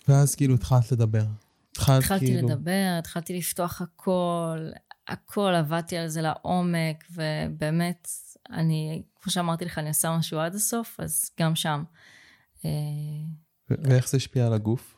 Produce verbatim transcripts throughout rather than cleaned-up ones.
ואז כאילו התחלת לדבר. התחלתי כאילו... לדבר, התחלתי לפתוח הכל, הכל עבדתי על זה לעומק, ובאמת, אני, כמו שאמרתי לך, אני עושה משהו עד הסוף, אז גם שם. ואיך זה השפיע על הגוף?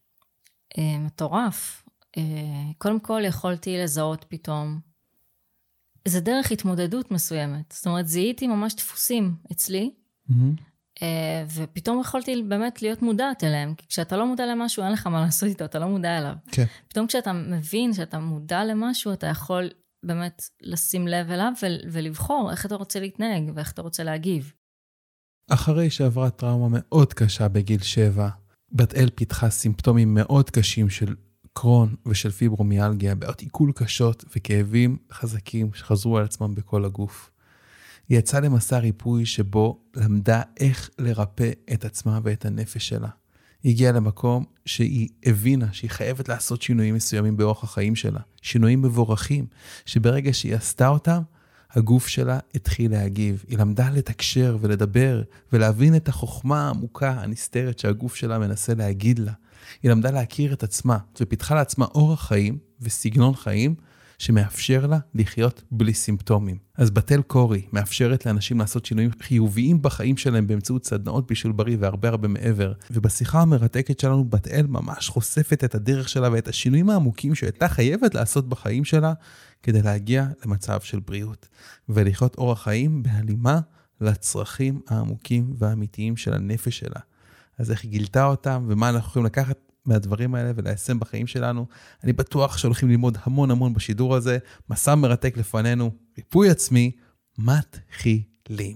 מטורף. קודם כל יכולתי לזהות פתאום, זה דרך התמודדות מסוימת, זאת אומרת, זיהיתי ממש דפוסים אצלי, ופתאום יכולתי באמת להיות מודעת אליהם, כי כשאתה לא מודע למשהו, אין לך מה לעשות איתו, אתה לא מודע אליו. כן. פתאום כשאתה מבין שאתה מודע למשהו, אתה יכול באמת לשים לב אליו, ולבחור איך אתה רוצה להתנהג, ואיך אתה רוצה להגיב. אחרי שעברה טראומה מאוד קשה בגיל שבע, בת אל פיתחה סימפטומים מאוד קשים של קרון ושל פיברומיאלגיה, בעיות עיכול קשות וכאבים חזקים שחזרו על עצמם בכל הגוף. היא יצאה למסע ריפוי שבו למדה איך לרפא את עצמה ואת הנפש שלה. היא הגיעה למקום שהיא הבינה שהיא חייבת לעשות שינויים מסוימים באורח החיים שלה, שינויים מבורכים, שברגע שהיא עשתה אותם, הגוף שלה התחיל להגיב. היא למדה לתקשר ולדבר ולהבין את החוכמה העמוקה הנסתרת שהגוף שלה מנסה להגיד לה. היא למדה להכיר את עצמה ופיתחה לעצמה אורח חיים וסגנון חיים שמאפשר לה לחיות בלי סימפטומים. אז בת אל קורי מאפשרת לאנשים לעשות שינויים חיוביים בחיים שלהם באמצעות סדנאות בישול בריא והרבה הרבה מעבר. ובשיחה המרתקת שלנו בת אל ממש חושפת את הדרך שלה ואת השינויים העמוקים שהייתה חייבת לעשות בחיים שלה כדי להגיע למצב של בריאות ולחיות אורח חיים בהלימה לצרכים העמוקים והאמיתיים של הנפש שלה. אז איך היא גילתה אותם ומה אנחנו יכולים לקחת מהדברים האלה וליישם בחיים שלנו. אני בטוח שהולכים ללמוד המון המון בשידור הזה. מסע מרתק לפנינו, ריפוי עצמי, מתחילים.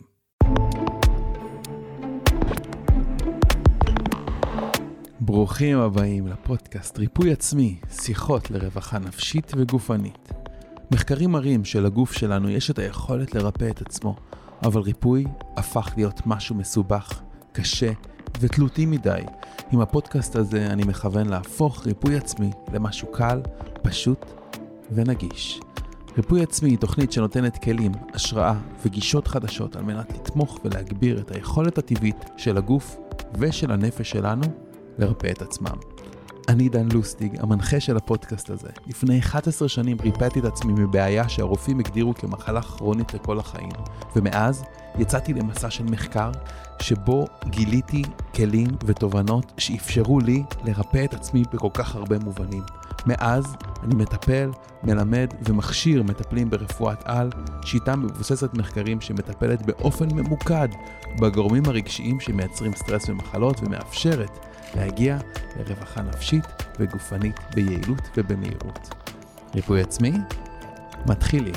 ברוכים הבאים לפודקאסט ריפוי עצמי, שיחות לרווחה נפשית וגופנית. מחקרים מראים שלגוף שלנו יש את היכולת לרפא את עצמו, אבל ריפוי הפך להיות משהו מסובך, קשה ותלותי מדי. עם הפודקאסט הזה אני מכוון להפוך ריפוי עצמי למשהו קל, פשוט ונגיש. ריפוי עצמי היא תוכנית שנותנת כלים, השראה וגישות חדשות על מנת לתמוך ולהגביר את היכולת הטבעית של הגוף ושל הנפש שלנו לרפא את עצמם. אני דן לוסטיג, המנחה של הפודקאסט הזה. לפני אחת עשרה שנים ריפאתי את עצמי מבעיה שהרופאים הגדירו כמחלה כרונית לכל החיים. ומאז יצאתי למסע של מחקר שבו גיליתי כלים ותובנות שאפשרו לי לרפא את עצמי בכל כך הרבה מובנים. מאז אני מטפל, מלמד ומכשיר מטפלים ברפואת על, שיטה מבוססת מחקרים שמטפלת באופן ממוקד בגורמים הרגשיים שמייצרים סטרס ומחלות ומאפשרת להגיע לרווחה נפשית וגופנית ביעילות ובמהירות. ריפוי עצמי, מתחילים.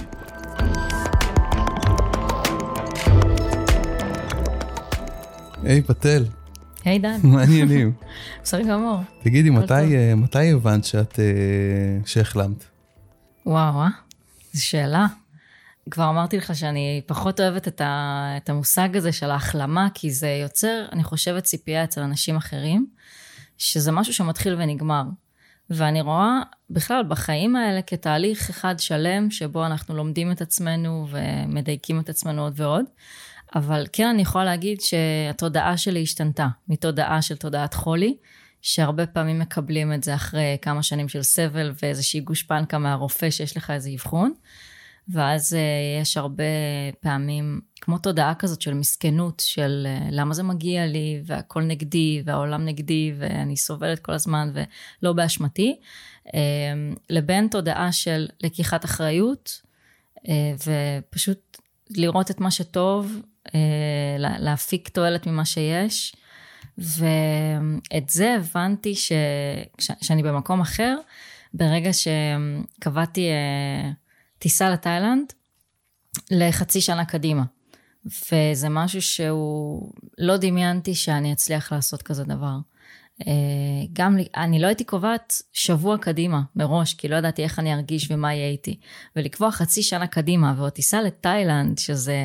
היי פטל. היי דן. מה העניינים? בסדר גמור. תגידי, מתי, מתי הבנת שאת, שהחלמת? וואו, אה? זו שאלה. כבר אמרתי לך שאני פחות אוהבת את, ה, את המושג הזה של ההחלמה, כי זה יוצר, אני חושבת, ציפייה אצל אנשים אחרים, שזה משהו שמתחיל ונגמר. ואני רואה בכלל בחיים האלה כתהליך אחד שלם, שבו אנחנו לומדים את עצמנו ומדייקים את עצמנו עוד ועוד. אבל כן אני יכולה להגיד שהתודעה שלי השתנתה, מתודעה של תודעת חולי, שהרבה פעמים מקבלים את זה אחרי כמה שנים של סבל, ואיזושהי גושפנקה מהרופא שיש לך איזה אבחון, ואז יש הרבה פעמים, כמו תודעה כזאת של מסכנות, של למה זה מגיע לי, והכל נגדי, והעולם נגדי, ואני סובלת כל הזמן, ולא באשמתי, לבין תודעה של לקיחת אחריות, ופשוט לראות את מה שטוב, להפיק תועלת ממה שיש, ואת זה הבנתי ש... שאני במקום אחר, ברגע שקבעתי טיסה לתאילנד, לחצי שנה קדימה, וזה משהו שהוא לא דמיינתי שאני אצליח לעשות כזה דבר. גם אני לא הייתי קובעת שבוע קדימה מראש, כי לא ידעתי איך אני ארגיש ומה יהיה איתי, ולקבוע חצי שנה קדימה, ועוד טיסה לתאילנד, שזה,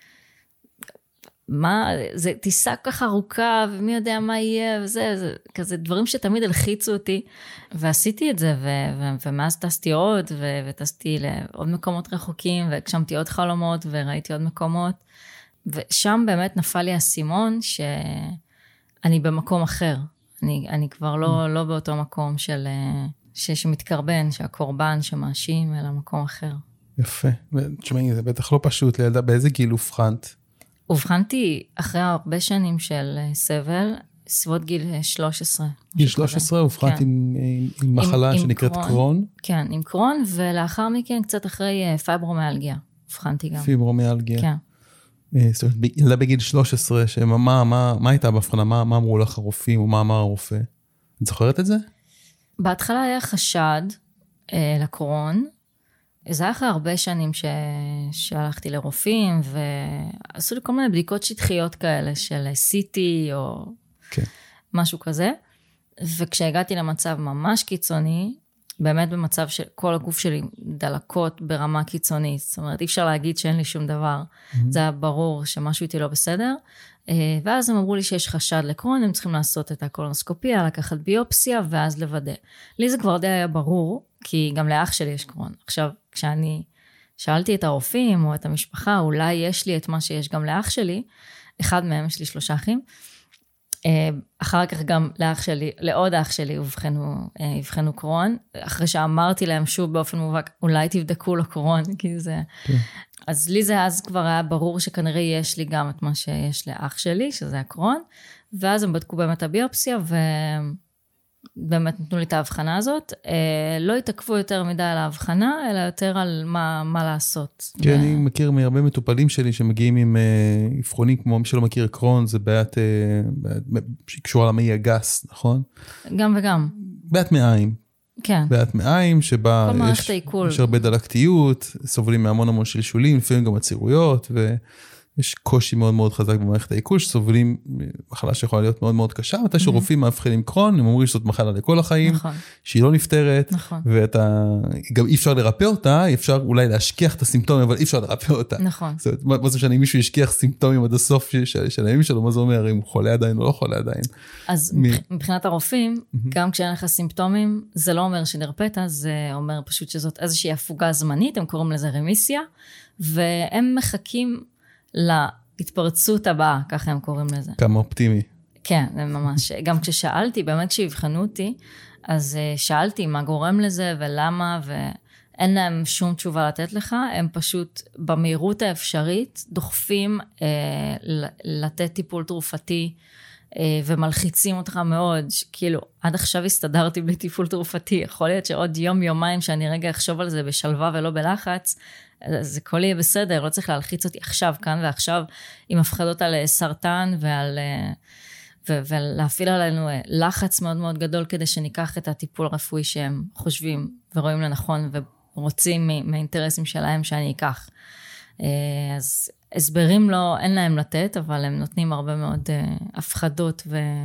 מה, זה טיסה ככה ארוכה, ומי יודע מה יהיה, וזה, זה, כזה דברים שתמיד הלחיצו אותי, ועשיתי את זה, ו, ו, ומאז טסתי עוד, ו, וטסתי לעוד מקומות רחוקים, והגשמתי עוד חלומות, וראיתי עוד מקומות, ושם באמת נפל לי הסימון, שאני במקום אחר, אני, אני כבר לא, לא באותו מקום של, ש, שמתקרבן, שהקורבן שמאשים, אלא מקום אחר. יפה. תשמעי, זה בטח לא פשוט לילדה. באיזה גיל הובחנת? הובחנתי אחרי הרבה שנים של סבל, סביבות גיל שלוש עשרה. גיל שלוש עשרה הובחנת עם, עם, עם מחלה עם, שנקראת עם קרון? כן, עם קרון, ולאחר מכן קצת אחרי פייברומיאלגיה. הובחנתי גם. פיברומיאלגיה. כן. זאת אומרת, ילדה בגיל שלוש עשרה, שמה, מה, מה, מה הייתה בהבחנה? מה, מה אמרו לך הרופאים, או מה אמר הרופא? את זוכרת את זה? בהתחלה היה חשד אה, לקרון. זה היה אחרי הרבה שנים ש... שהלכתי לרופאים, ועשו לי כל מיני בדיקות שטחיות כאלה, של סי טי או כן. משהו כזה. וכשהגעתי למצב ממש קיצוני, באמת במצב שכל הגוף שלי דלקות ברמה קיצונית, זאת אומרת, אי אפשר להגיד שאין לי שום דבר. Mm-hmm. זה היה ברור שמשהו איתי לא בסדר. ואז הם אמרו לי שיש חשד לקרון, הם צריכים לעשות את הקולונוסקופיה, לקחת ביופסיה, ואז לוודא. לי זה כבר די היה ברור, כי גם לאח שלי יש קרון. עכשיו, כשאני שאלתי את הרופאים או את המשפחה, אולי יש לי את מה שיש גם לאח שלי, אחד מהם יש לי שלושה אחים, אחר כך גם לאח שלי, לעוד אח שלי הבחנו, הבחנו קרון, אחרי שאמרתי להם שוב באופן מובהק, אולי תבדקו לו קרון, כי זה... כן. אז לי זה אז כבר היה ברור שכנראה יש לי גם את מה שיש לאח שלי, שזה הקרון, ואז הם בדקו באמת הביופסיה, ובאמת נתנו לי את ההבחנה הזאת. לא התעכבו יותר מדי על ההבחנה, אלא יותר על מה, מה לעשות. כן, ו... אני מכיר מהרבה מטופלים שלי שמגיעים עם אבחונים, כמו מי שלא מכיר קרון, זה בעיית שקשורה למעי הגס, נכון? גם וגם. בעיית מעיים. כן. בעיית מעיים, שבה יש, יש הרבה דלקתיות, סובלים מהמון המון שלשולים, לפעמים גם עצירויות, ויש קושי מאוד מאוד חזק במערכת העיכול, שסובלים מחלה שיכולה להיות מאוד מאוד קשה, מתי שרופאים מאבחנים קרון, הם אומרים שזאת מחלה לכל החיים, נכון. שהיא לא נפטרת, נכון. ואתה, גם אי אפשר לרפא אותה, אפשר אולי להשכיח את הסימפטומים, אבל אי אפשר לרפא אותה. נכון. זאת אומרת, מה זה משנה, אם מישהו ישכיח סימפטומים עד הסוף של, של הימים שלו, מה זה אומר, אם הוא חולה עדיין או לא חולה עדיין. אז מ... מבחינת הרופאים, גם כשאין לך סימפטומים, זה לא אומר שנרפאת, זה אומר פשוט שזאת איזושהי הפוגה זמנית, הם קוראים לזה רמיסיה, והם מחכים להתפרצות הבאה, ככה הם קוראים לזה. כמה אופטימי. כן, זה ממש. גם כששאלתי, באמת כשהבחנו אותי, אז שאלתי מה גורם לזה ולמה, ואין להם שום תשובה לתת לך, הם פשוט במהירות האפשרית דוחפים אה, לתת טיפול תרופתי, אה, ומלחיצים אותך מאוד, כאילו, עד עכשיו הסתדרתי בלי טיפול תרופתי, יכול להיות שעוד יום, יומיים, שאני רגע אחשוב על זה בשלווה ולא בלחץ, אז הכל יהיה בסדר, לא צריך להלחיץ אותי עכשיו, כאן ועכשיו, עם הפחדות על סרטן ועל... ו- ולהפעיל עלינו לחץ מאוד מאוד גדול, כדי שניקח את הטיפול הרפואי שהם חושבים ורואים לנכון, ורוצים מהאינטרסים שלהם שאני אקח. אז הסברים לא, אין להם לתת, אבל הם נותנים הרבה מאוד הפחדות,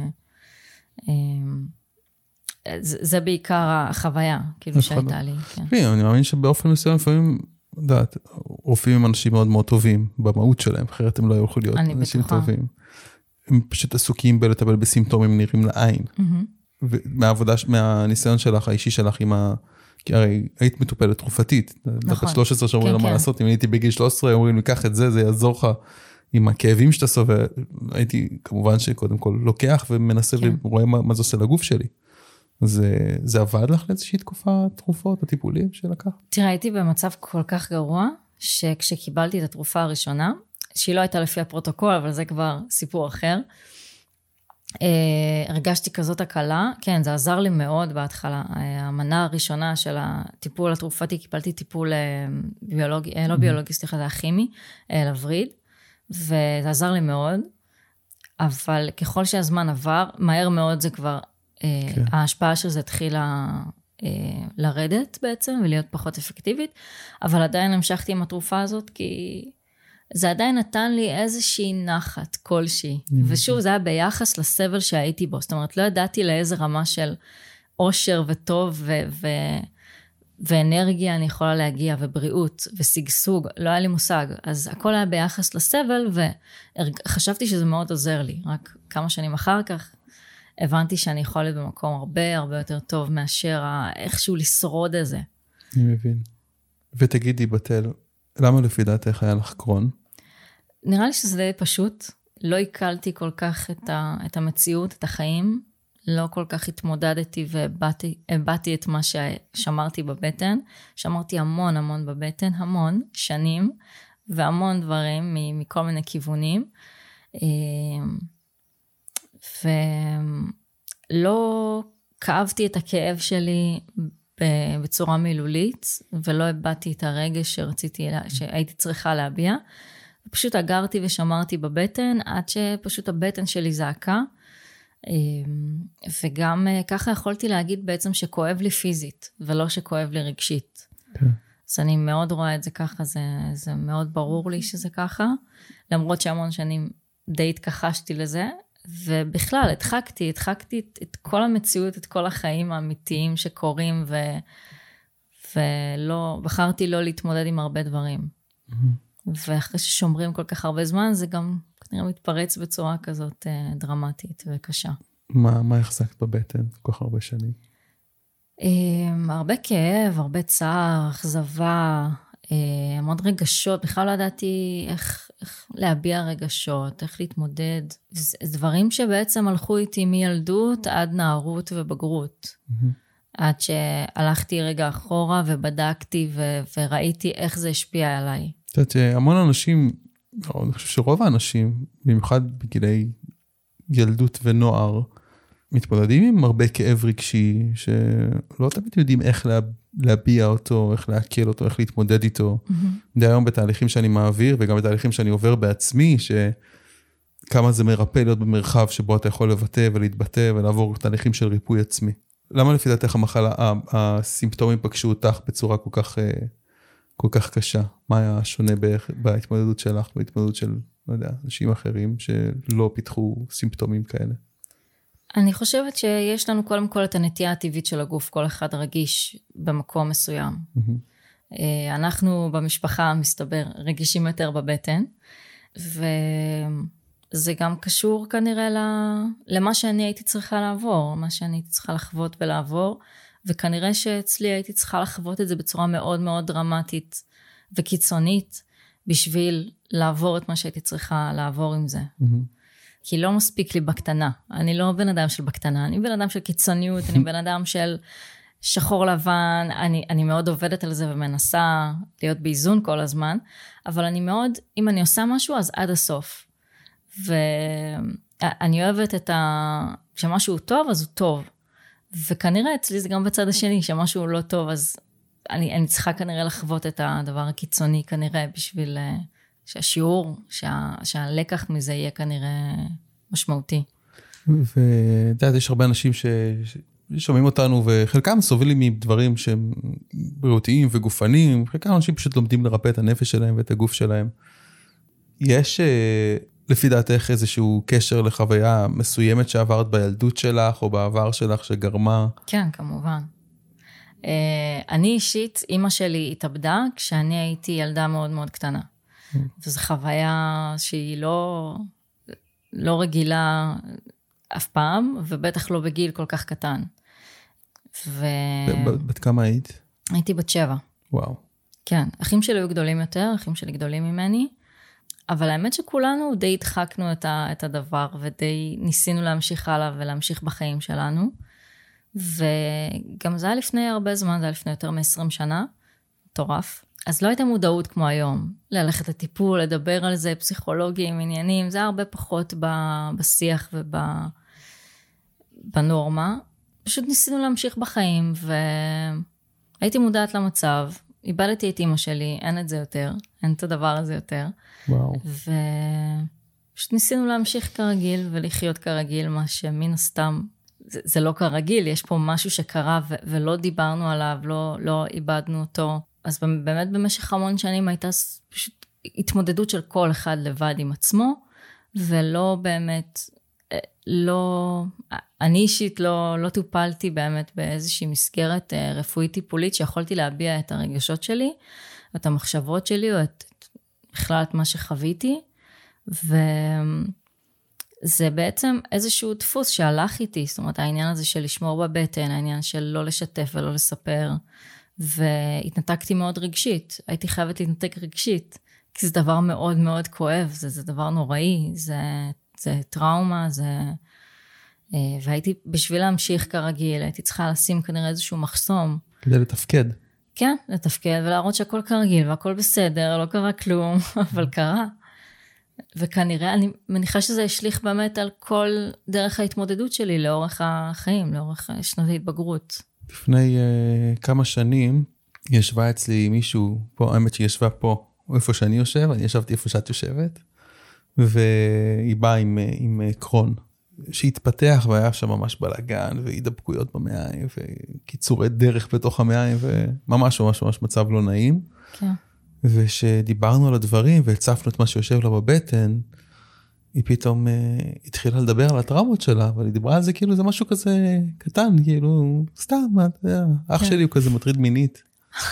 וזה בעיקר החוויה, כאילו שהייתה לי. כן, אני מאמין שבאופן מסוים, לפעמים, יודעת, רופאים הם אנשים מאוד מאוד טובים, במהות שלהם, אחרת הם לא יוכלו להיות אנשים טובים. הם פשוט עסוקים בלטבל בסימפטומים נראים לעין. ומהעבודה, מהניסיון שלך, האישי שלך עם ה... כי הרי היית מטופלת תרופתית. נכון. שלוש עשרה שאומרים לה מה לעשות, אם הייתי בגיל שלוש עשרה, אומרים לי, קח את זה, זה יעזור לך עם הכאבים שאתה סובל. הייתי כמובן שקודם כל לוקח ומנסה ורואה מה זה עושה לגוף שלי. זה עבד לך לאיזושהי תקופה תרופות, הטיפולים שלקח? תראה, הייתי במצב כל כך גרוע, שכשקיבלתי את התרופה הראשונה, שהיא לא הייתה לפי הפרוטוקול, אבל זה כבר סיפור אחר. הרגשתי כזאת הקלה, כן, זה עזר לי מאוד בהתחלה. המנה הראשונה של הטיפול התרופתי, קיבלתי טיפול ביולוגי, לא ביולוגי, סליחה, זה הכימי, לווריד, וזה עזר לי מאוד, אבל ככל שהזמן עבר, מהר מאוד זה כבר, כן. ההשפעה של זה התחילה לרדת בעצם, ולהיות פחות אפקטיבית, אבל עדיין המשכתי עם התרופה הזאת, כי... זה עדיין נתן לי איזושהי נחת כלשהי, ושוב זה היה ביחס לסבל שהייתי בו, זאת אומרת לא ידעתי לאיזה רמה של אושר וטוב ו- ו- ואנרגיה אני יכולה להגיע, ובריאות וסגסוג, לא היה לי מושג, אז הכל היה ביחס לסבל, וחשבתי שזה מאוד עוזר לי, רק כמה שנים אחר כך, הבנתי שאני יכולה להיות במקום הרבה הרבה יותר טוב, מאשר איכשהו לשרוד את זה. אני מבין. ותגידי בתל, למה לפי דעתך היה לך קרון? נראה לי שזה די פשוט. לא עיכלתי כל כך את, ה, את המציאות, את החיים. לא כל כך התמודדתי והבאתי את מה ששמרתי בבטן. שמרתי המון המון בבטן, המון שנים, והמון דברים מכל מיני כיוונים. ולא כאבתי את הכאב שלי בצורה מילולית, ולא הבאתי את הרגש שרציתי, שהייתי צריכה להביע. פשוט אגרתי ושמרתי בבטן, עד שפשוט הבטן שלי זעקה, וגם ככה יכולתי להגיד בעצם שכואב לי פיזית, ולא שכואב לי רגשית. כן. אז אני מאוד רואה את זה ככה, זה, זה מאוד ברור לי שזה ככה, למרות שהמון שנים די התכחשתי לזה, ובכלל הדחקתי, הדחקתי את, את כל המציאות, את כל החיים האמיתיים שקורים, ו, ולא, בחרתי לא להתמודד עם הרבה דברים. Mm-hmm. ואחרי ששומרים כל כך הרבה זמן, זה גם כנראה מתפרץ בצורה כזאת אה, דרמטית וקשה. מה, מה החזקת בבטן כל כך הרבה שנים? אה, הרבה כאב, הרבה צער, אכזבה, אה, המון רגשות, בכלל לא ידעתי איך, איך להביע רגשות, איך להתמודד. זה דברים שבעצם הלכו איתי מילדות עד נערות ובגרות. Mm-hmm. עד שהלכתי רגע אחורה ובדקתי ו- וראיתי איך זה השפיע עליי. את יודעת שהמון אנשים, אני חושב שרוב האנשים, במיוחד בגילי ילדות ונוער, מתמודדים עם הרבה כאב רגשי, שלא תמיד יודעים איך לה, להביע אותו, איך להקל אותו, איך להתמודד איתו. Mm-hmm. די היום בתהליכים שאני מעביר, וגם בתהליכים שאני עובר בעצמי, שכמה זה מרפא להיות במרחב שבו אתה יכול לבטא ולהתבטא, ולעבור תהליכים של ריפוי עצמי. למה לפי דעתך המחלה, הסימפטומים פגשו אותך בצורה כל כך... כל כך קשה? מה היה שונה בהתמודדות שלך, בהתמודדות של, לא יודע, אנשים אחרים שלא פיתחו סימפטומים כאלה? אני חושבת שיש לנו קודם כל את הנטייה הטבעית של הגוף, כל אחד רגיש במקום מסוים. Mm-hmm. אנחנו במשפחה מסתבר רגישים יותר בבטן, וזה גם קשור כנראה למה שאני הייתי צריכה לעבור, מה שאני הייתי צריכה לחוות ולעבור, וכנראה שאצלי הייתי צריכה לחוות את זה בצורה מאוד מאוד דרמטית וקיצונית, בשביל לעבור את מה שהייתי צריכה לעבור עם זה. Mm-hmm. כי לא מספיק לי בקטנה. אני לא בן אדם של בקטנה, אני בן אדם של קיצוניות, אני בן אדם של שחור לבן, אני, אני מאוד עובדת על זה ומנסה להיות באיזון כל הזמן, אבל אני מאוד, אם אני עושה משהו, אז עד הסוף. ואני אוהבת את ה... שמשהו טוב, אז הוא טוב. וכנראה אצלי זה גם בצד השני, שמשהו לא טוב, אז אני, אני צריכה כנראה לחוות את הדבר הקיצוני, כנראה, בשביל שהשיעור, שה, שהלקח מזה יהיה כנראה משמעותי. ודעת, יש הרבה אנשים ש... ששומעים אותנו, וחלקם סובלים מדברים שהם בריאותיים וגופניים, חלקם אנשים פשוט לומדים לרפא את הנפש שלהם ואת הגוף שלהם. יש... לפי דעתך איזשהו קשר לחוויה מסוימת שעברת בילדות שלך או בעבר שלך שגרמה? כן, כמובן. אני אישית, אמא שלי התאבדה כשאני הייתי ילדה מאוד מאוד קטנה. וזו חוויה שהיא לא, לא רגילה אף פעם, ובטח לא בגיל כל כך קטן. ו... בת כמה היית? הייתי בת שבע. וואו. כן, אחים שלי היו גדולים יותר, אחים שלי גדולים ממני, אבל האמת שכולנו די הדחקנו את, ה, את הדבר, ודי ניסינו להמשיך הלאה ולהמשיך בחיים שלנו. וגם זה היה לפני הרבה זמן, זה היה לפני יותר מ-עשרים שנה, מטורף. אז לא הייתה מודעות כמו היום, ללכת לטיפול, לדבר על זה, פסיכולוגים, עניינים, זה היה הרבה פחות ב- בשיח ובנורמה. פשוט ניסינו להמשיך בחיים, והייתי מודעת למצב, איבדתי את אמא שלי, אין את זה יותר, אין את הדבר הזה יותר. וואו. ופשוט ניסינו להמשיך כרגיל ולחיות כרגיל, מה שמן הסתם, זה, זה לא כרגיל, יש פה משהו שקרה ו- ולא דיברנו עליו, לא, לא איבדנו אותו. אז באמת במשך המון שנים הייתה פשוט התמודדות של כל אחד לבד עם עצמו, ולא באמת, לא, אני אישית לא, לא טופלתי באמת באיזושהי מסגרת רפואית טיפולית, שיכולתי להביע את הרגשות שלי, את המחשבות שלי, או את, בכלל את מה שחוויתי, וזה בעצם איזשהו דפוס שהלך איתי, זאת אומרת העניין הזה של לשמור בבטן, העניין של לא לשתף ולא לספר, והתנתקתי מאוד רגשית, הייתי חייבת להתנתק רגשית, כי זה דבר מאוד מאוד כואב, זה, זה דבר נוראי, זה, זה טראומה, זה והייתי, בשביל להמשיך כרגיל, הייתי צריכה לשים כנראה איזשהו מחסום. כדי לתפקד. כן, לתפקד, ולהראות שהכל כרגיל, והכל בסדר, לא קרה כלום, אבל קרה. וכנראה, אני מניחה שזה השליך באמת על כל דרך ההתמודדות שלי, לאורך החיים, לאורך שנות ההתבגרות. לפני uh, כמה שנים, ישבה אצלי מישהו, פה, האמת שהיא ישבה פה, איפה שאני יושב, אני ישבתי איפה שאת יושבת, והיא באה עם, עם קרון, שהתפתח והיה שם ממש בלגן, והידבקויות במעיים, וקיצורי דרך בתוך המעיים, וממש ממש ממש מצב לא נעים. כן. ושדיברנו על הדברים, והצפנו את מה שיושב לה בבטן, היא פתאום uh, התחילה לדבר על הטראומות שלה, אבל היא דיברה על זה כאילו זה משהו כזה קטן, כאילו סתם, אתה יודע, אח שלי הוא כזה מטריד מינית.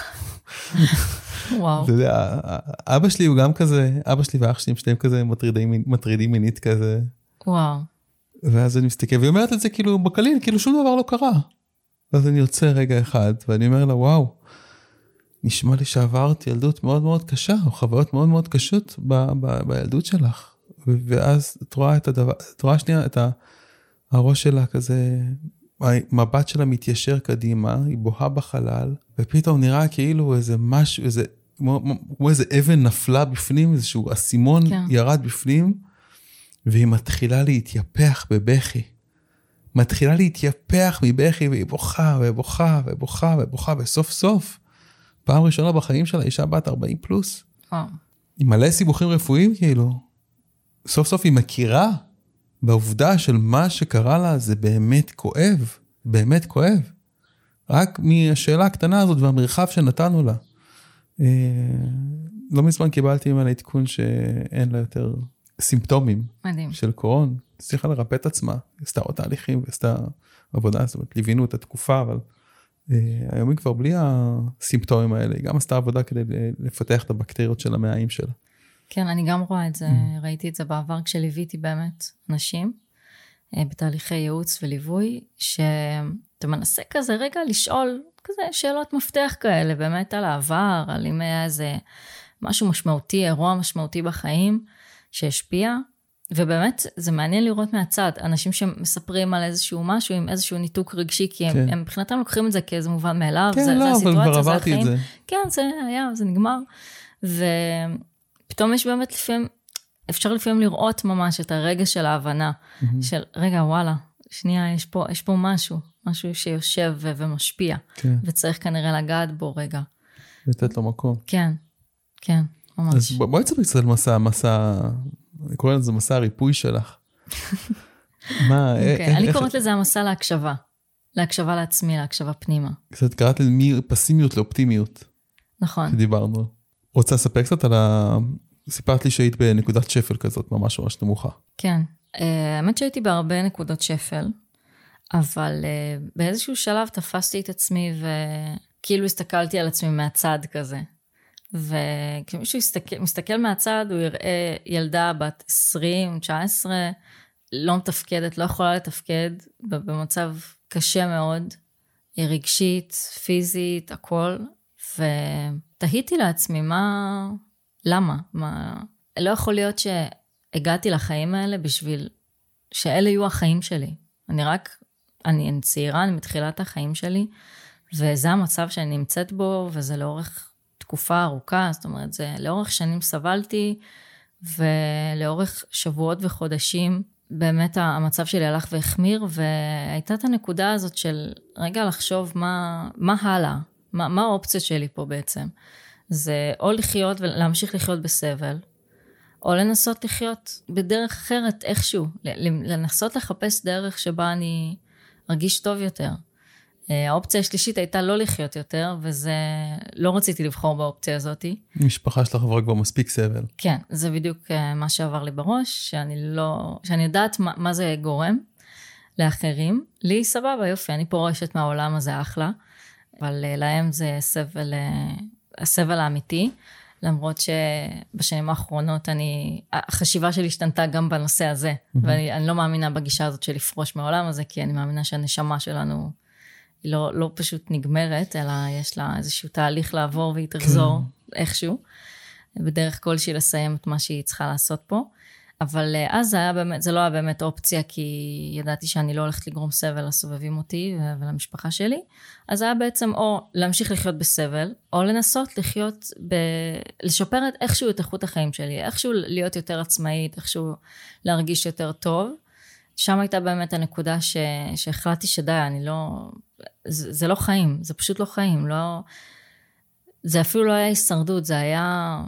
וואו. אתה יודע, אבא שלי הוא גם כזה, אבא שלי ואח שלי הם שניהם כזה מטרידים, מטרידים מינית כזה. וואו. ואז אני מסתכל, והיא אומרת את זה כאילו בקליל, כאילו שום דבר לא קרה. ואז אני יוצא רגע אחד, ואני אומר לה, וואו, נשמע לי שעברתי ילדות מאוד מאוד קשה, או חוויות מאוד מאוד קשות ב- ב- בילדות שלך. ואז את רואה את הדבר, את רואה שנייה את הראש שלה כזה, המבט שלה מתיישר קדימה, היא בוהה בחלל, ופתאום נראה כאילו איזה משהו, איזה, כמו, כמו איזה אבן נפלה בפנים, איזשהו אסימון כן. ירד בפנים, והיא מתחילה להתייפח בבכי. מתחילה להתייפח מבכי, והיא בוכה ובוכה ובוכה ובוכה, וסוף סוף, פעם ראשונה בחיים שלה, אישה בת ארבעים פלוס. וואו. עם מלא סיבוכים רפואיים כאילו, סוף סוף היא מכירה בעובדה של מה שקרה לה, זה באמת כואב, באמת כואב. רק מהשאלה הקטנה הזאת והמרחב שנתנו לה. לא מזמן קיבלתי ממנה עדכון שאין לה יותר סימפטומים. מדהים. של קורון. צריכה לרפא את עצמה, עשתה עוד תהליכים ועשתה עבודה, זאת אומרת, ליווינו את התקופה, אבל היום היא כבר בלי הסימפטומים האלה, היא גם עשתה עבודה כדי לפתח את הבקטריות של המעיים שלה. כן, אני גם רואה את זה, ראיתי את זה בעבר כשליוויתי באמת אנשים, בתהליכי ייעוץ וליווי, שאתה מנסה כזה רגע לשאול, כזה שאלות מפתח כאלה, באמת על העבר, על אם היה איזה משהו משמעותי, אירוע משמעותי בחיים, שהשפיע, ובאמת זה מעניין לראות מהצד, אנשים שמספרים על איזשהו משהו, עם איזשהו ניתוק רגשי, כי הם, הם מבחינתם לוקחים את זה כאיזה מובן מאליו, כן, זה, לא, זה הסיטואציה, אבל כבר זה עברתי החיים. את זה. כן, זה היה, זה נגמר, ופתאום יש באמת לפעמים, אפשר לפעמים לראות ממש את הרגע של ההבנה, mm-hmm. של רגע, וואלה, שנייה, יש פה, יש פה משהו, משהו שיושב ו- ומשפיע, כן. וצריך כנראה לגעת בו רגע. לתת לו מקום. כן, כן, ממש. אז בואי תספרי קצת על מסע, מסע, אני קורא לזה מסע הריפוי שלך. מה, אוקיי, אני קוראת לזה המסע להקשבה, להקשבה לעצמי, להקשבה פנימה. קצת קראת מפסימיות לאופטימיות. נכון. שדיברנו. רוצה לספר קצת על ה... סיפרת לי שהיית בנקודת שפל כזאת, ממש ממש נמוכה. כן, האמת שהייתי בהרבה נקודות שפל, אבל באיזשהו שלב תפסתי את עצמי וכאילו הסתכלתי על עצמי מהצד כזה. וכשמישהו מסתכל, מסתכל מהצד, הוא יראה ילדה בת עשרים, תשע עשרה, לא מתפקדת, לא יכולה לתפקד, במצב קשה מאוד, רגשית, פיזית, הכל, ותהיתי לעצמי, מה, למה? מה, לא יכול להיות שהגעתי לחיים האלה בשביל שאלה יהיו החיים שלי. אני רק, אני, אני צעירה, אני מתחילת החיים שלי, וזה המצב שאני נמצאת בו, וזה לאורך תקופה ארוכה, זאת אומרת, זה לאורך שנים סבלתי, ולאורך שבועות וחודשים, באמת המצב שלי הלך והחמיר, והייתה את הנקודה הזאת של רגע לחשוב מה, מה הלאה, מה, מה האופציות שלי פה בעצם. זה או לחיות ולהמשיך לחיות בסבל, או לנסות לחיות בדרך אחרת איכשהו, לנסות לחפש דרך שבה אני ארגיש טוב יותר. האופציה השלישית הייתה לא לחיות יותר, וזה, לא רציתי לבחור באופציה הזאת. משפחה שלך עברה כבר מספיק סבל. כן, זה בדיוק מה שעבר לי בראש, שאני לא, שאני יודעת מה, מה זה גורם לאחרים. לי סבבה, יופי, אני פורשת מהעולם הזה אחלה, אבל להם זה סבל, הסבל האמיתי, למרות שבשנים האחרונות אני, החשיבה שלי השתנתה גם בנושא הזה, mm-hmm. ואני אני לא מאמינה בגישה הזאת של לפרוש מהעולם הזה, כי אני מאמינה שהנשמה שלנו היא לא, לא פשוט נגמרת, אלא יש לה איזשהו תהליך לעבור והיא תחזור איכשהו, בדרך כלשהי לסיים את מה שהיא צריכה לעשות פה. אבל אז זה, היה באמת, זה לא היה באמת אופציה, כי ידעתי שאני לא הולכת לגרום סבל לסובבים אותי ולמשפחה שלי. אז זה היה בעצם או להמשיך לחיות בסבל, או לנסות לחיות, ב... לשפר את איכשהו את איכות החיים שלי, איכשהו להיות יותר עצמאית, איכשהו להרגיש יותר טוב. שם הייתה באמת הנקודה ש... שהחלטתי שדי, אני לא... זה, זה לא חיים, זה פשוט לא חיים, לא... זה אפילו לא היה הישרדות, זה היה...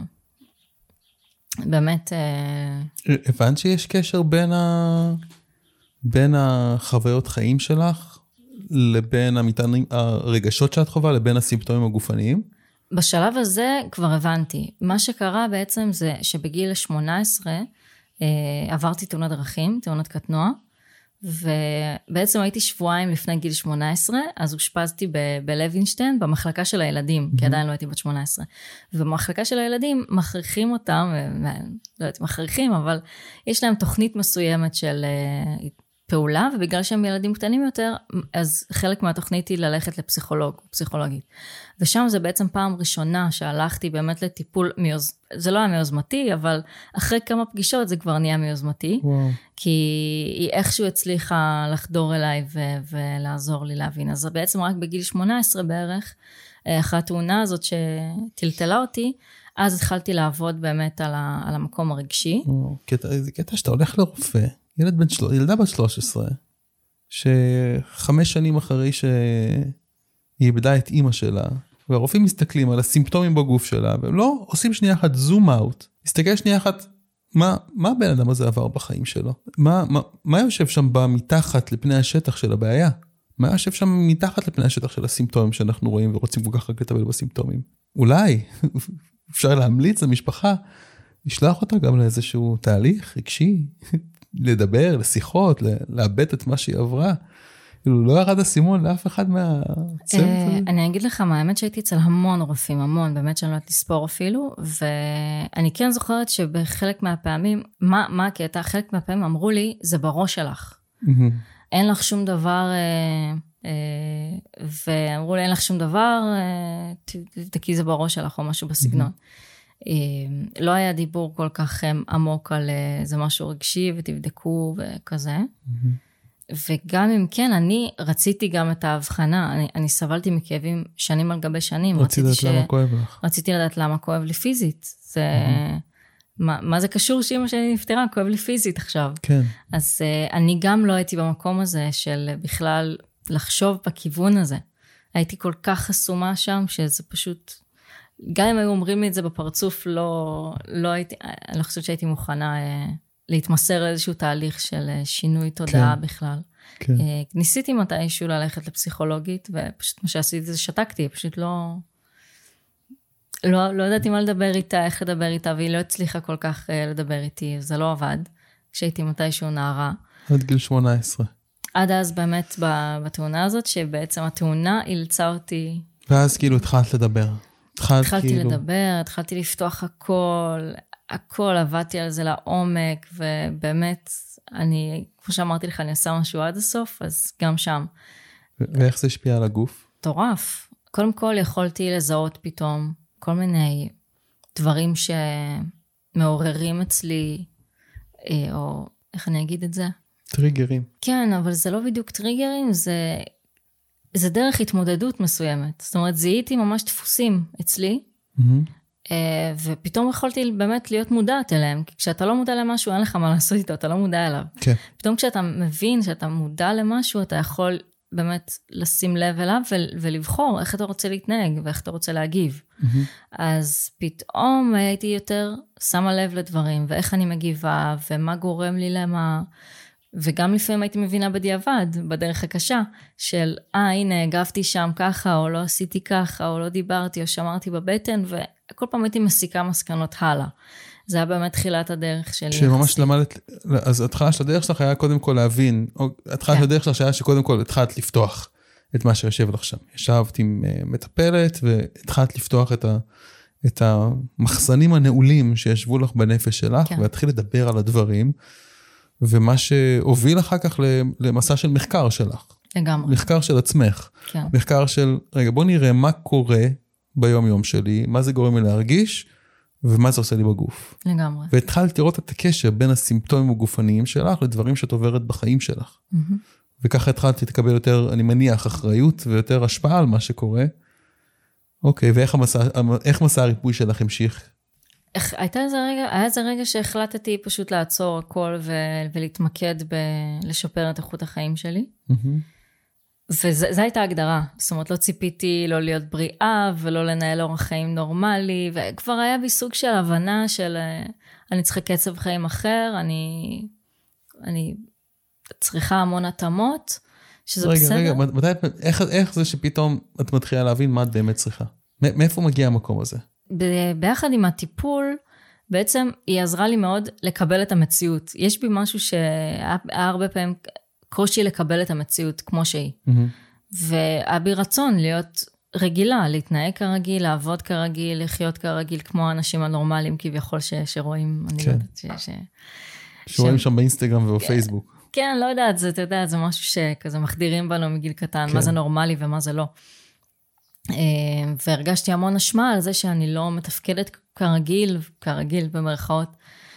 באמת... הבנת שיש קשר בין, ה... בין החוויות חיים שלך, לבין המטענים, הרגשות שאת חווה, לבין הסימפטומים הגופניים? בשלב הזה כבר הבנתי. מה שקרה בעצם זה שבגיל שמונה עשרה, עברתי תאונת דרכים, תאונת קטנוע, ובעצם הייתי שבועיים לפני גיל שמונה עשרה, אז הושפזתי בלוינשטיין, במחלקה של הילדים, כי עדיין לא הייתי בת שמונה עשרה. ובמחלקה של הילדים מכריחים אותם, לא יודעת, מכריחים, אבל יש להם תוכנית מסוימת של פעולה, ובגלל שהם ילדים קטנים יותר, אז חלק מהתוכנית היא ללכת לפסיכולוג, פסיכולוגית. ושם זה בעצם פעם ראשונה שהלכתי באמת לטיפול מיוז... זה לא היה מיוזמתי, אבל אחרי כמה פגישות זה כבר נהיה מיוזמתי, וואו. כי היא איכשהו הצליחה לחדור אליי ו- ולעזור לי להבין. אז בעצם רק בגיל שמונה עשרה בערך, אחרי התאונה הזאת שטלטלה אותי, אז התחלתי לעבוד באמת על, ה- על המקום הרגשי. וואו, קטע, זה קטע שאתה הולך לרופא, ילד בן של... ילדה בת שלוש עשרה, שחמש שנים אחרי שהיא איבדה את אימא שלה, והרופאים מסתכלים על הסימפטומים בגוף שלה, והם לא עושים שנייה אחת זום אאוט, מסתכל שנייה אחת, מה, מה הבן אדם הזה עבר בחיים שלו? מה, מה, מה יושב שם מתחת לפני השטח של הבעיה? מה יושב שם מתחת לפני השטח של הסימפטומים שאנחנו רואים, ורוצים כל כך רק לטפל בסימפטומים? אולי אפשר להמליץ למשפחה, לשלוח אותה גם לאיזשהו תהליך רגשי, לדבר, לשיחות, לאבד את מה שהיא עברה. כאילו, לא ירד הסימון לאף אחד מהצוות הזה. אני אגיד לך מה, האמת שהייתי אצל המון רופאים, המון, באמת שאני לא יודעת לספור אפילו, ואני כן זוכרת שבחלק מהפעמים, מה, מה הקטע? חלק מהפעמים אמרו לי, זה בראש שלך. אין לך שום דבר, ואמרו לי, אין לך שום דבר, תבדקי זה בראש שלך, או משהו בסגנון. לא היה דיבור כל כך עמוק על זה משהו רגשי, ותבדקו וכזה. וגם אם כן, אני רציתי גם את ההבחנה, אני, אני סבלתי מכאבים שנים על גבי שנים. רציתי לדעת ש... למה כואב לך. רציתי לדעת למה כואב לי פיזית. זה... Mm-hmm. מה, מה זה קשור שאמא שלי נפטרה? כואב לי פיזית עכשיו. כן. אז uh, אני גם לא הייתי במקום הזה של בכלל לחשוב בכיוון הזה. הייתי כל כך חסומה שם, שזה פשוט, גם אם היו אומרים לי את זה בפרצוף, לא, לא הייתי, אני לא חושבת שהייתי מוכנה... Uh, להתמסר לאיזשהו תהליך של שינוי תודעה כן, בכלל. כן. ניסיתי מתישהו ללכת לפסיכולוגית, ופשוט מה שעשיתי זה שתקתי, פשוט לא, לא, לא ידעתי מה לדבר איתה, איך לדבר איתה, והיא לא הצליחה כל כך לדבר איתי, זה לא עבד, כשהייתי מתישהו נערה. עד גיל שמונה עשרה. עד אז באמת בתאונה הזאת, שבעצם התאונה אילצה אותי. ואז כאילו התחלת לדבר. התחלת התחלתי כאילו... לדבר, התחלתי לפתוח הכל, הכל, עבדתי על זה לעומק, ובאמת, אני, כמו שאמרתי לך, אני עושה משהו עד הסוף, אז גם שם. ואיך זה השפיע על הגוף? טורף. קודם כל, יכולתי לזהות פתאום כל מיני דברים שמעוררים אצלי, או איך אני אגיד את זה? טריגרים. כן, אבל זה לא בדיוק טריגרים, זה, זה דרך התמודדות מסוימת. זאת אומרת, זיהיתי ממש דפוסים אצלי, mm-hmm. ופתאום יכולתי באמת להיות מודעת אליהם, כי כשאתה לא מודע למשהו, אין לך מה לעשות איתו, אתה לא מודע אליו. כן. פתאום כשאתה מבין שאתה מודע למשהו, אתה יכול באמת לשים לב אליו, ולבחור איך אתה רוצה להתנהג, ואיך אתה רוצה להגיב. Mm-hmm. אז פתאום הייתי יותר שמה לב לדברים, ואיך אני מגיבה, ומה גורם לי למה, וגם לפעמים הייתי מבינה בדיעבד, בדרך הקשה, של, אה, הנה, הגבתי שם ככה, או לא עשיתי ככה, או לא דיברתי, או שמרתי בבטן, וכל פעם הייתי מסיקה מסקנות הלאה. זה היה באמת תחילת הדרך שלי. שממש למדת, אז התחלה של הדרך שלך היה קודם כל להבין, או התחלה של הדרך שלך היה שקודם כל התחלת לפתוח את מה שיושב לך שם. ישבת עם מטפלת, והתחלת לפתוח את ה... את המחסנים הנעולים שישבו לך בנפש שלך, כן. והתחיל לדבר על הדברים, ומה שהוביל אחר כך למסע של מחקר שלך. לגמרי. מחקר של עצמך. כן. מחקר של, רגע, בוא נראה מה קורה ביום יום שלי, מה זה גורם לי להרגיש, ומה זה עושה לי בגוף. לגמרי. והתחלת לראות את הקשר בין הסימפטומים הגופניים שלך, לדברים שאת עוברת בחיים שלך. Mm-hmm. וככה התחלתי לקבל יותר, אני מניח, אחריות, ויותר השפעה על מה שקורה. אוקיי, ואיך המסע, איך מסע הריפוי שלך המשיך? איך, הייתה איזה רגע, היה איזה רגע שהחלטתי פשוט לעצור הכל, ו, ולהתמקד בלשפר את איכות החיים שלי. Mm-hmm. וזו הייתה הגדרה, זאת אומרת, לא ציפיתי לא להיות בריאה, ולא לנהל אורח חיים נורמלי, וכבר היה בי סוג של הבנה של, אני צריכה קצב חיים אחר, אני, אני צריכה המון התאמות, שזה רגע, בסדר. רגע, רגע, איך, איך זה שפתאום את מתחילה להבין מה את באמת צריכה? מאיפה מגיע המקום הזה? ביחד עם הטיפול, בעצם היא עזרה לי מאוד לקבל את המציאות. יש בי משהו שהיה הרבה פעמים קושי לקבל את המציאות כמו שהיא. והיה בי רצון להיות רגילה, להתנהג כרגיל, לעבוד כרגיל, לחיות כרגיל, כמו האנשים הנורמליים כביכול שרואים, אני לא יודעת ש... שרואים שם באינסטגרם ובפייסבוק. כן, לא יודעת, זה, אתה יודע, זה משהו שכזה מחדירים בנו מגיל קטן, מה זה נורמלי ומה זה לא. והרגשתי המון אשמה על זה שאני לא מתפקדת כרגיל, כרגיל במרכאות.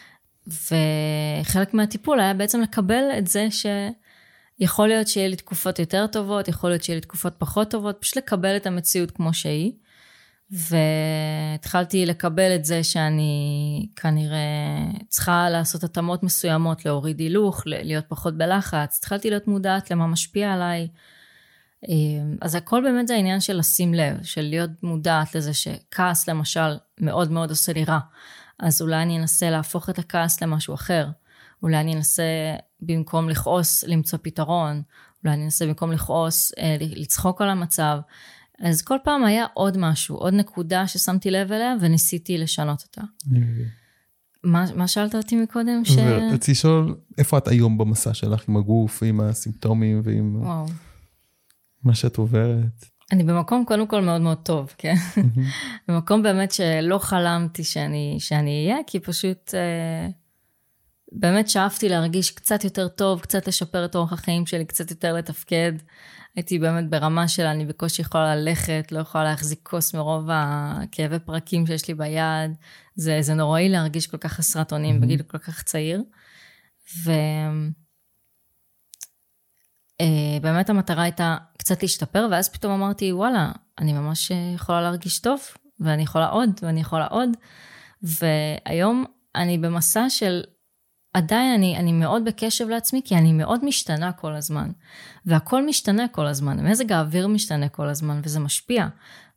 וחלק מהטיפול היה בעצם לקבל את זה שיכול להיות שיהיה לי תקופות יותר טובות, יכול להיות שיהיה לי תקופות פחות טובות, פשוט לקבל את המציאות כמו שהיא. והתחלתי לקבל את זה שאני כנראה צריכה לעשות התאמות מסוימות, להוריד הילוך, להיות פחות בלחץ. התחלתי להיות מודעת למה משפיע עליי. אז הכל באמת זה העניין של לשים לב, של להיות מודעת לזה שכעס למשל מאוד מאוד עושה לי רע. אז אולי אני אנסה להפוך את הכעס למשהו אחר. אולי אני אנסה במקום לכעוס למצוא פתרון. אולי אני אנסה במקום לכעוס לצחוק על המצב. אז כל פעם היה עוד משהו, עוד נקודה ששמתי לב אליה וניסיתי לשנות אותה. מה, מה שאלת אותי מקודם? ש... רציתי לשאול, איפה את היום במסע שלך עם הגוף, עם הסימפטומים ועם וואו. מה שאת עוברת? אני במקום קודם כל מאוד מאוד טוב, כן? במקום באמת שלא חלמתי שאני, שאני אהיה, כי פשוט אה, באמת שאפתי להרגיש קצת יותר טוב, קצת לשפר את אורח החיים שלי, קצת יותר לתפקד. הייתי באמת ברמה שלה, אני בקושי יכולה ללכת, לא יכולה להחזיק כוס מרוב הכאבי פרקים שיש לי ביד. זה, זה נוראי להרגיש כל כך חסרת אונים בגיל כל כך צעיר. ובאמת המטרה הייתה קצת להשתפר, ואז פתאום אמרתי, וואלה, אני ממש יכולה להרגיש טוב, ואני יכולה עוד, ואני יכולה עוד. והיום אני במסע של... עדיין אני, אני מאוד בקשב לעצמי, כי אני מאוד משתנה כל הזמן. והכל משתנה כל הזמן. מזג האוויר משתנה כל הזמן, וזה משפיע.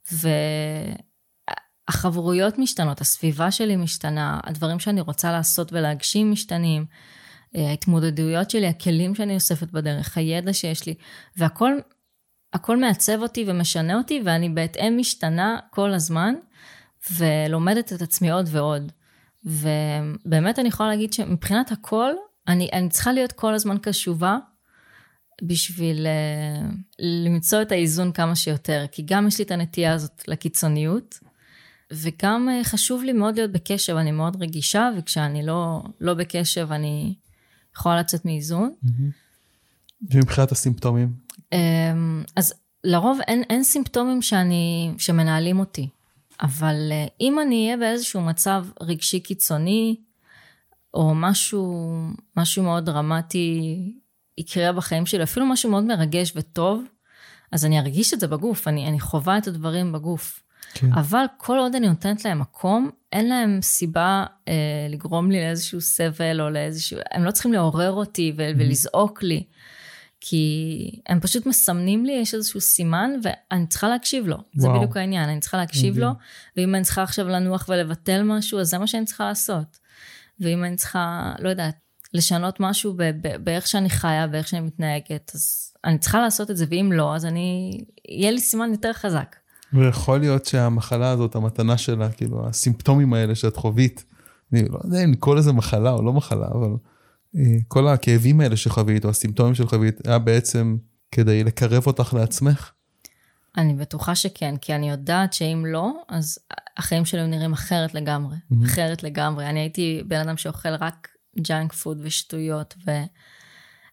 והחברויות משתנות, הסביבה שלי משתנה, הדברים שאני רוצה לעשות ולהגשים משתנים, ההתמודדויות שלי, הכלים שאני אוספת בדרך, הידע שיש לי, והכל הכל מעצב אותי ומשנה אותי, ואני בהתאם משתנה כל הזמן, ולומדת את עצמי עוד ועוד. ובאמת אני יכולה להגיד שמבחינת הכל, אני, אני צריכה להיות כל הזמן קשובה, בשביל uh, למצוא את האיזון כמה שיותר, כי גם יש לי את הנטייה הזאת לקיצוניות, וגם uh, חשוב לי מאוד להיות בקשב, אני מאוד רגישה, וכשאני לא, לא בקשב, אני יכולה לצאת מאיזון. ומבחינת הסימפטומים? Um, אז לרוב אין, אין סימפטומים שאני, שמנהלים אותי, אבל uh, אם אני אהיה באיזשהו מצב רגשי קיצוני, או משהו, משהו מאוד דרמטי יקרה בחיים שלי, אפילו משהו מאוד מרגש וטוב, אז אני ארגיש את זה בגוף, אני, אני חווה את הדברים בגוף. כן. אבל כל עוד אני נותנת להם מקום, אין להם סיבה אה, לגרום לי לאיזשהו סבל, או לאיזשהו, הם לא צריכים לעורר אותי ו- ולזעוק לי, כי הם פשוט מסמנים לי, יש איזשהו סימן, ואני צריכה להקשיב לו. וואו. זה בדיוק העניין, אני צריכה להקשיב לו, ואם אני צריכה עכשיו לנוח ולבטל משהו, אז זה מה שאני צריכה לעשות. ואם אני צריכה, לא יודעת, לשנות משהו באיך שאני חיה, באיך שאני מתנהגת, אז אני צריכה לעשות את זה, ואם לא, אז אני, יהיה לי סימן יותר חזק. ויכול להיות שהמחלה הזאת, המתנה שלה, כאילו, הסימפטומים האלה שאת חווית, אני לא יודע אם כל איזה מחלה או לא מחלה, אבל כל הכאבים האלה שחווית, או הסימפטומים של חווית, היה בעצם כדי לקרב אותך לעצמך? אני בטוחה שכן, כי אני יודעת שאם לא, אז החיים שלי נראים אחרת לגמרי, mm-hmm. אחרת לגמרי. אני הייתי בן אדם שאוכל רק ג'אנק פוד ושטויות,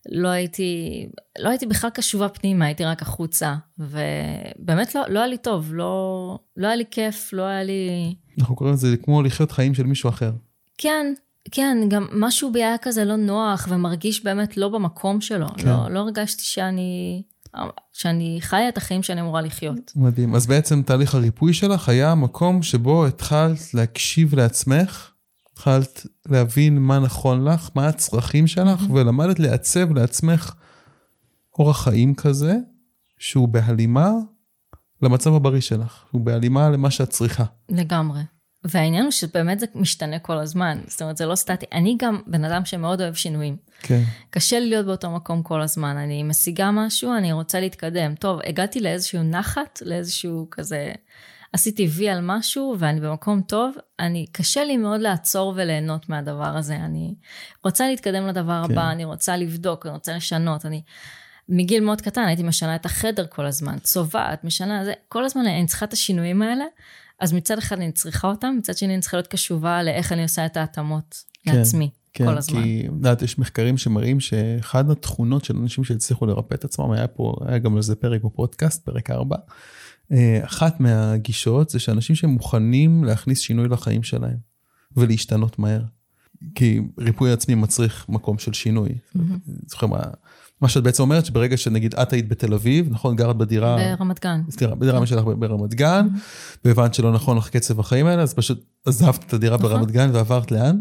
לא הייתי, לא הייתי בכלל קשובה פנימה, הייתי רק החוצה, ובאמת לא, לא היה לי טוב, לא, לא היה לי כיף, לא היה לי... אנחנו קוראים לזה כמו לחיות חיים של מישהו אחר. כן, כן, גם משהו בי היה כזה לא נוח, ומרגיש באמת לא במקום שלו, כן. לא, לא הרגשתי שאני... שאני חיה את החיים שאני אמורה לחיות. מדהים. אז בעצם תהליך הריפוי שלך היה מקום שבו התחלת להקשיב לעצמך, התחלת להבין מה נכון לך, מה הצרכים שלך, mm-hmm. ולמדת לעצב לעצמך אורח חיים כזה, שהוא בהלימה למצב הבריא שלך, הוא בהלימה למה שאת צריכה. לגמרי. והעניין הוא שבאמת זה משתנה כל הזמן, זאת אומרת, זה לא סטטי. אני גם בן אדם שמאוד אוהב שינויים. כן. קשה לי להיות באותו מקום כל הזמן, אני משיגה משהו, אני רוצה להתקדם. טוב, הגעתי לאיזשהו נחת, לאיזשהו כזה, עשיתי וי על משהו, ואני במקום טוב, אני, קשה לי מאוד לעצור וליהנות מהדבר הזה, אני רוצה להתקדם לדבר כן. הבא, אני רוצה לבדוק, אני רוצה לשנות, אני, מגיל מאוד קטן, הייתי משנה את החדר כל הזמן, צובעת, משנה, זה, כל הזמן אני צריכה את השינויים האלה, אז מצד אחד אני צריכה אותם, מצד שני אני צריכה להיות קשובה לאיך אני עושה את ההתאמות כן, לעצמי כן, כל הזמן. כי, יודעת, יש מחקרים שמראים שאחד התכונות של אנשים שהצליחו לרפא את עצמם, היה פה, היה גם לזה פרק בפודקאסט, פרק ארבע, אחת מהגישות זה שאנשים שמוכנים להכניס שינוי לחיים שלהם, ולהשתנות מהר. כי ריפוי עצמי מצריך מקום של שינוי. Mm-hmm. זוכר מה... מה שאת בעצם אומרת, שברגע שנגיד את היית בתל אביב, נכון, גרת בדירה... ברמת גן. סליחה, בדירה משלך ברמת גן, והבנת שלא נכון לך קצב החיים האלה, אז פשוט עזבת את הדירה ברמת גן, ועברת לאן?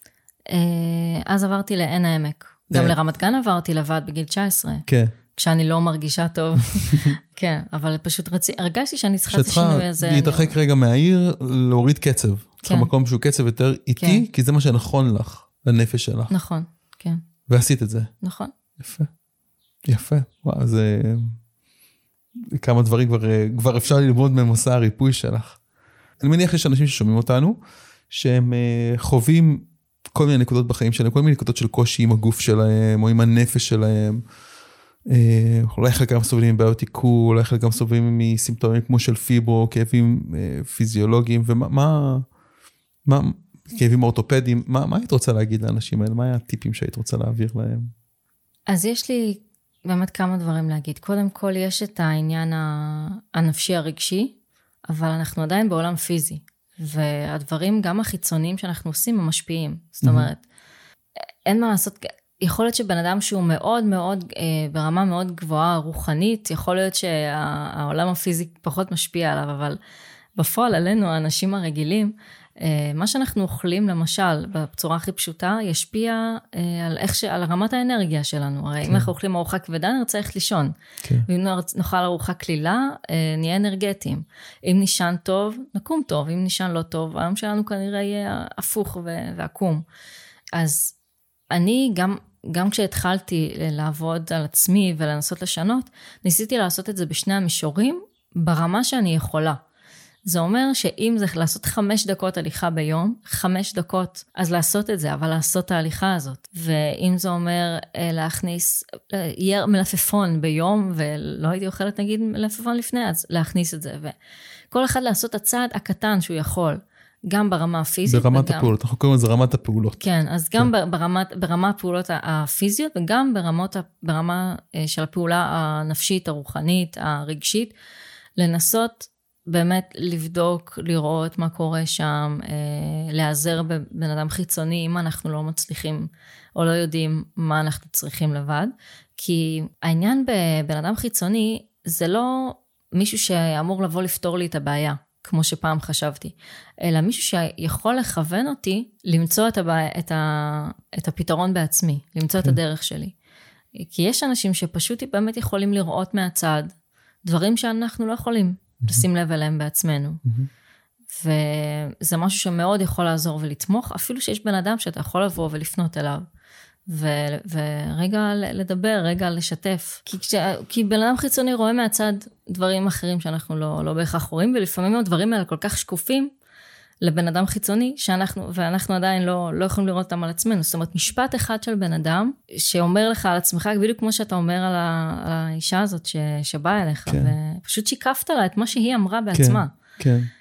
אז עברתי לעין העמק. גם לרמת גן עברתי לבד בגיל תשע עשרה. כן. כשאני לא מרגישה טוב. כן, אבל פשוט הרגשתי שאני צריכה את השינוי הזה. שצריכה להתרחק רגע מהעיר, להוריד קצב. צריך מקום שהוא קצב יותר איטי, כי זה מה שנכון לך, לנפש שלך. נכון, כן. ועשית את זה. נכון. יפה. יפה, וואו, זה כמה דברים כבר, כבר אפשר ללמוד ממסע הריפוי שלך. אני מניח שיש אנשים ששומעים אותנו, שהם חווים כל מיני נקודות בחיים שלהם, כל מיני נקודות של קושי עם הגוף שלהם, או עם הנפש שלהם, אולי חלקם סובלים מבעיות עיכול, אולי חלקם סובלים מסימפטומים כמו של פיברו, כאבים פיזיולוגיים, ומה, מה, מה, כאבים אורתופדיים, מה, מה היית רוצה להגיד לאנשים האלה? מה היה הטיפים שהיית רוצה להעביר להם? אז יש לי באמת כמה דברים להגיד. קודם כל, יש את העניין הנפשי הרגשי, אבל אנחנו עדיין בעולם פיזי, והדברים גם החיצוניים שאנחנו עושים הם משפיעים. זאת אומרת, אין מה לעשות, יכול להיות שבן אדם שהוא מאוד מאוד, ברמה מאוד גבוהה רוחנית, יכול להיות שהעולם הפיזי פחות משפיע עליו, אבל בפועל עלינו, האנשים הרגילים, מה שאנחנו אוכלים, למשל, בצורה הכי פשוטה, ישפיע על, איך ש... על רמת האנרגיה שלנו. הרי כן. אם אנחנו אוכלים ארוחה כבדה, נרצה איך לישון. כן. ואם נאכל ארוחה כלילה, נהיה אנרגטיים. אם נשן טוב, נקום טוב. אם נשן לא טוב, היום שלנו כנראה יהיה הפוך ועקום. אז אני גם, גם כשהתחלתי לעבוד על עצמי ולנסות לשנות, ניסיתי לעשות את זה בשני המישורים, ברמה שאני יכולה. זה אומר שאם זה לעשות חמש דקות הליכה ביום, חמש דקות, אז לעשות את זה, אבל לעשות את ההליכה הזאת. ואם זה אומר להכניס, יהיה מלפפון ביום, ולא הייתי אוכלת נגיד מלפפון לפני, אז להכניס את זה. וכל אחד לעשות את הצעד הקטן שהוא יכול, גם ברמה הפיזית. ברמת וגם... הפעולות, אנחנו קוראים לזה רמת הפעולות. כן, אז גם כן. ברמת, ברמה הפעולות הפיזיות, וגם ברמות, ברמה של הפעולה הנפשית, הרוחנית, הרגשית, לנסות באמת לבדוק, לראות מה קורה שם, להיעזר בבן אדם חיצוני, אם אנחנו לא מצליחים או לא יודעים מה אנחנו צריכים לבד, כי העניין בבן אדם חיצוני, זה לא מישהו שאמור לבוא לפתור לי את הבעיה, כמו שפעם חשבתי, אלא מישהו שיכול לכוון אותי, למצוא את, הבעיה, את, ה, את הפתרון בעצמי, למצוא את הדרך שלי. כי יש אנשים שפשוט באמת יכולים לראות מהצד, דברים שאנחנו לא יכולים. לשים לב אליהם בעצמנו. וזה משהו שמאוד יכול לעזור ולתמוך, אפילו שיש בן אדם שאתה יכול לבוא ולפנות אליו, ו- ורגע לדבר, רגע לשתף. כי, כש- כי בן אדם חיצוני רואה מהצד דברים אחרים שאנחנו לא, לא בהכרח רואים, ולפעמים הדברים האלה כל כך שקופים לבן אדם חיצוני, שאנחנו, ואנחנו עדיין לא, לא יכולים לראות אותם על עצמנו. זאת אומרת, משפט אחד של בן אדם, שאומר לך על עצמך, בדיוק כמו שאתה אומר על, ה, על האישה הזאת ש, שבאה אליך, כן. ופשוט שיקפת לה את מה שהיא אמרה בעצמה. כן, כן.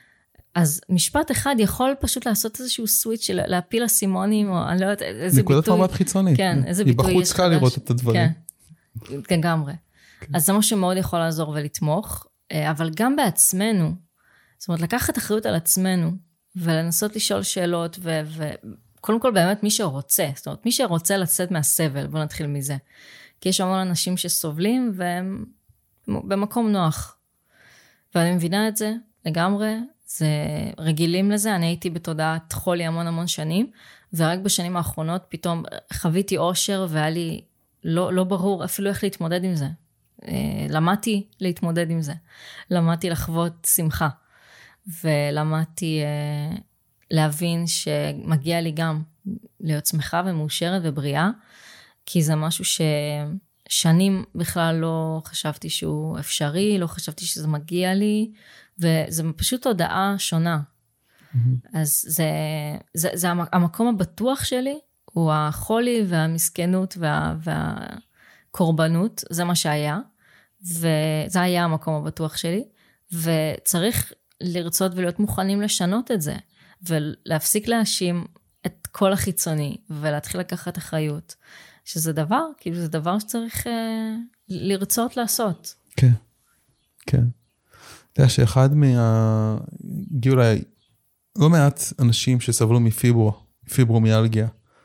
אז משפט אחד יכול פשוט לעשות איזשהו סוויץ' של להפיל אסימונים, או אני לא יודעת, איזה ביטוי. נקודת מבט חיצונית. כן, איזה ביטוי יש. היא בחוץ קל לראות את הדברים. כן, לגמרי. אז זה מה שמאוד יכול לעזור ולתמוך, אבל גם בעצמנו, זאת אומרת, לקחת אחריות על עצמנו, ולנסות לשאול שאלות, וקודם כל באמת מי שרוצה, זאת אומרת, מי שרוצה לצאת מהסבל, בוא נתחיל מזה. כי יש המון אנשים שסובלים, והם במקום נוח. ואני מבינה את זה לגמרי, זה רגילים לזה, אני הייתי בתודעת חולי המון המון שנים, ורק בשנים האחרונות פתאום חוויתי אושר, והיה לי לא, לא ברור אפילו איך להתמודד עם זה. למדתי להתמודד עם זה. למדתי לחוות שמחה, ולמדתי להבין שמגיע לי גם להיות שמחה ומאושרת ובריאה, כי זה משהו ששנים בכלל לא חשבתי שהוא אפשרי, לא חשבתי שזה מגיע לי, וזה פשוט הודעה שונה. Mm-hmm. אז זה, זה, זה המקום הבטוח שלי, הוא החולי והמסכנות וה, והקורבנות, זה מה שהיה, וזה היה המקום הבטוח שלי, וצריך לרצות ולהיות מוכנים לשנות את זה, ולהפסיק להאשים את כל החיצוני, ולהתחיל לקחת אחריות, שזה דבר, כאילו זה דבר שצריך אה, לרצות לעשות. כן, כן. אתה יודע שאחד מה... הגיעו לה... לא מעט אנשים שסבלו מפיברו, פיברומיאלגיה,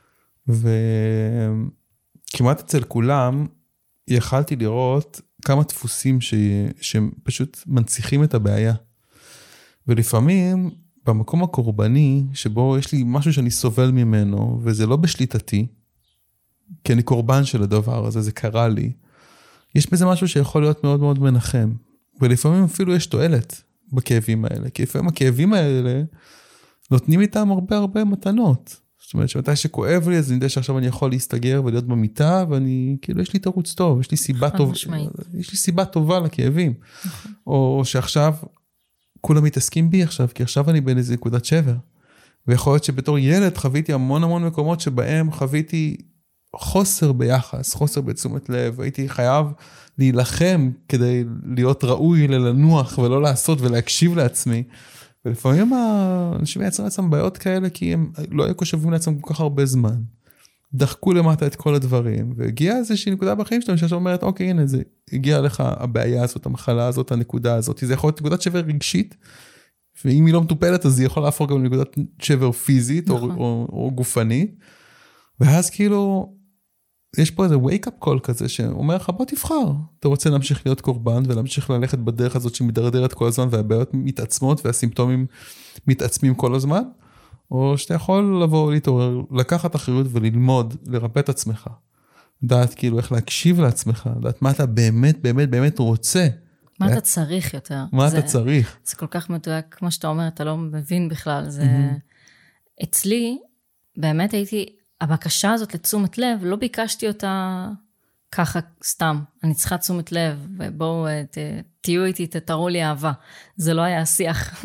וכמעט אצל כולם, יכלתי לראות כמה דפוסים ש... שהם פשוט מנציחים את הבעיה. ולפעמים, במקום הקורבני, שבו יש לי משהו שאני סובל ממנו, וזה לא בשליטתי, כי אני קורבן של הדבר הזה, זה קרה לי, יש בזה משהו שיכול להיות מאוד מאוד מנחם. ולפעמים אפילו יש תועלת בכאבים האלה, כי לפעמים הכאבים האלה נותנים איתם הרבה הרבה מתנות. זאת אומרת, שמתי שכואב לי, אז אני יודע שעכשיו אני יכול להסתגר ולהיות במיטה, ואני, כאילו, יש לי תירוץ טוב, יש לי סיבה טובה, יש לי סיבה טובה לכאבים. או שעכשיו, כולם מתעסקים בי עכשיו, כי עכשיו אני באיזה נקודת שבר. ויכול להיות שבתור ילד חוויתי המון המון מקומות שבהם חוויתי חוסר ביחס, חוסר בתשומת לב, הייתי חייב להילחם כדי להיות ראוי ללנוח ולא לעשות ולהקשיב לעצמי. ולפעמים האנשים מייצרים לעצמם בעיות כאלה, כי הם לא היו קושבים לעצמם כל כך הרבה זמן. דחקו למטה את כל הדברים, והגיעה איזושהי נקודה בחיים שלהם, שעכשיו אומרת, אוקיי, הנה, זה הגיע לך הבעיה הזאת, המחלה הזאת, הנקודה הזאת. זה יכול להיות נקודת שבר רגשית, ואם היא לא מטופלת, אז היא יכולה להפוך גם לנקודת שבר פיזית או, או, או גופנית. ואז כאילו, יש פה איזה wake-up call כזה, שאומר לך, בוא תבחר. אתה רוצה להמשיך להיות קורבן, ולהמשיך ללכת בדרך הזאת שמתדרדרת כל הזמן, והבעיות מתעצמות, והסימפטומים מתעצמים כל הזמן, או שאתה יכול לבוא להתעורר, לקחת אחריות וללמוד, לרפא את עצמך. לדעת כאילו איך להקשיב לעצמך, לדעת מה אתה באמת, באמת, באמת רוצה. מה אתה צריך יותר. מה אתה צריך. זה כל כך מדויק, כמו שאתה אומר, אתה לא מבין בכלל. זה... אצלי, באמת הייתי... הבקשה הזאת לתשומת לב, לא ביקשתי אותה ככה סתם. אני צריכה תשומת לב, ובואו ת, תהיו איתי, תתראו לי אהבה. זה לא היה השיח.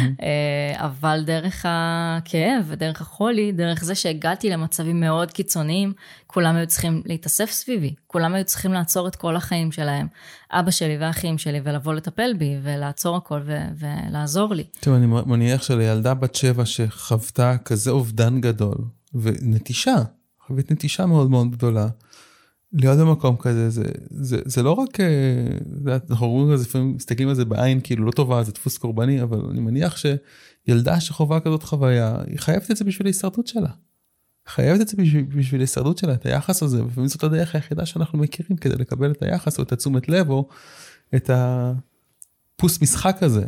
אבל דרך הכאב ודרך החולי, דרך זה שהגעתי למצבים מאוד קיצוניים, כולם היו צריכים להתאסף סביבי, כולם היו צריכים לעצור את כל החיים שלהם, אבא שלי והאחים שלי, ולבוא לטפל בי, ולעצור הכל ו- ולעזור לי. טוב, אני מניח שלילדה בת שבע שחוותה כזה אובדן גדול, ונטישה, חווית נטישה מאוד מאוד גדולה, להיות במקום כזה, זה, זה, זה לא רק, אנחנו רואים את זה, לפעמים מסתכלים על זה בעין, כאילו לא טובה, זה דפוס קורבני, אבל אני מניח שילדה שחווה כזאת חוויה, היא חייבת את זה בשביל ההישרדות שלה. חייבת את זה בשביל, בשביל ההישרדות שלה, את היחס הזה, ולפעמים זאת הדרך היחידה שאנחנו מכירים, כדי לקבל את היחס, או את התשומת לב, או את הפוס משחק הזה,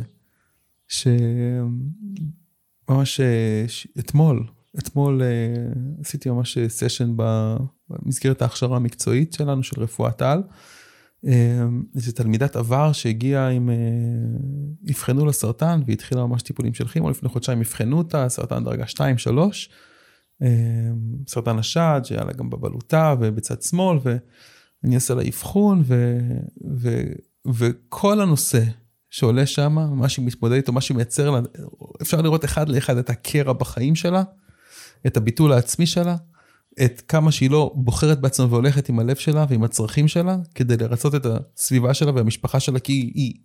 שממש אתמול, אתמול uh, עשיתי ממש סשן במסגרת ההכשרה המקצועית שלנו, של רפואת על. Uh, זו תלמידת עבר שהגיעה עם, uh, הבחנו לסרטן, והתחילה ממש טיפולים של כימו, לפני חודשיים הבחנו אותה, סרטן דרגה שתיים שלוש, uh, סרטן השד, שהיה לה גם בבלוטה ובצד שמאל, ואני אעשה לה אבחון, ו, ו, וכל הנושא שעולה שם, מה שהיא מתמודד איתו, מה שהיא מייצר לה, אפשר לראות אחד לאחד את הקרע בחיים שלה, את הביטול העצמי שלה, את כמה שהיא לא בוחרת בעצמה והולכת עם הלב שלה ועם הצרכים שלה, כדי לרצות את הסביבה שלה והמשפחה שלה, כי היא, היא,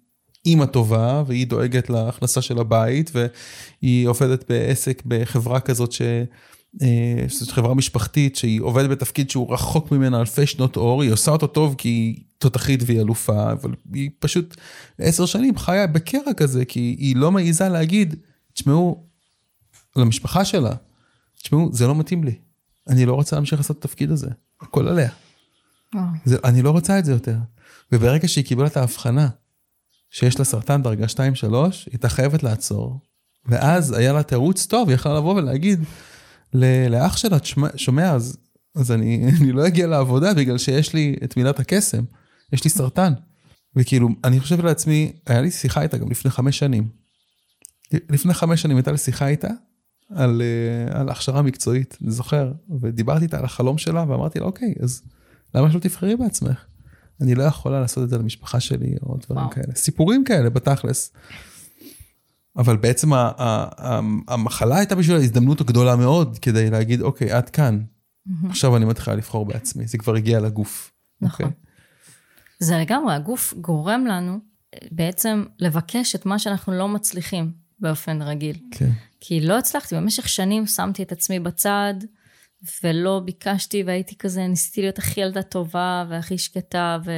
אימא טובה, והיא דואגת להכנסה של הבית, והיא עובדת בעסק בחברה כזאת ש... שזאת חברה משפחתית, שהיא עובדת בתפקיד שהוא רחוק ממנה אלפי שנות אור, היא עושה אותו טוב כי היא תותחית והיא אלופה, אבל היא פשוט עשר שנים חיה בקרע כזה, כי היא לא מעיזה להגיד, תשמעו, למשפחה שלה, תשמעו, זה לא מתאים לי, אני לא רוצה להמשיך לעשות את התפקיד הזה, הכל עליה. זה, אני לא רוצה את זה יותר. וברגע שהיא קיבלה את ההבחנה, שיש לה סרטן דרגה שתיים שלוש, היא הייתה חייבת לעצור, ואז היה לה תירוץ טוב, היא יכלה לבוא ולהגיד, לאח שלה, שומע, אז, אז אני, אני לא אגיע לעבודה, בגלל שיש לי את מילת הקסם, יש לי סרטן. וכאילו, אני חושב לעצמי, היה לי שיחה איתה גם לפני חמש שנים. לפני חמש שנים הייתה לי שיחה איתה, על, על הכשרה מקצועית, אני זוכר, ודיברתי איתה על החלום שלה, ואמרתי לה, אוקיי, אז למה שלא תבחרי בעצמך? אני לא יכולה לעשות את זה למשפחה שלי, או דברים וואו. כאלה. סיפורים כאלה, בתכלס. אבל בעצם המחלה הייתה בשביל ההזדמנות הגדולה מאוד, כדי להגיד, אוקיי, עד כאן, עכשיו אני מתחילה לבחור בעצמי, זה כבר הגיע לגוף. נכון. זה לגמרי, הגוף גורם לנו בעצם לבקש את מה שאנחנו לא מצליחים באופן רגיל. כן. כי לא הצלחתי, במשך שנים שמתי את עצמי בצד, ולא ביקשתי, והייתי כזה, ניסיתי להיות הכי ילדה טובה, והכי שקטה, ו...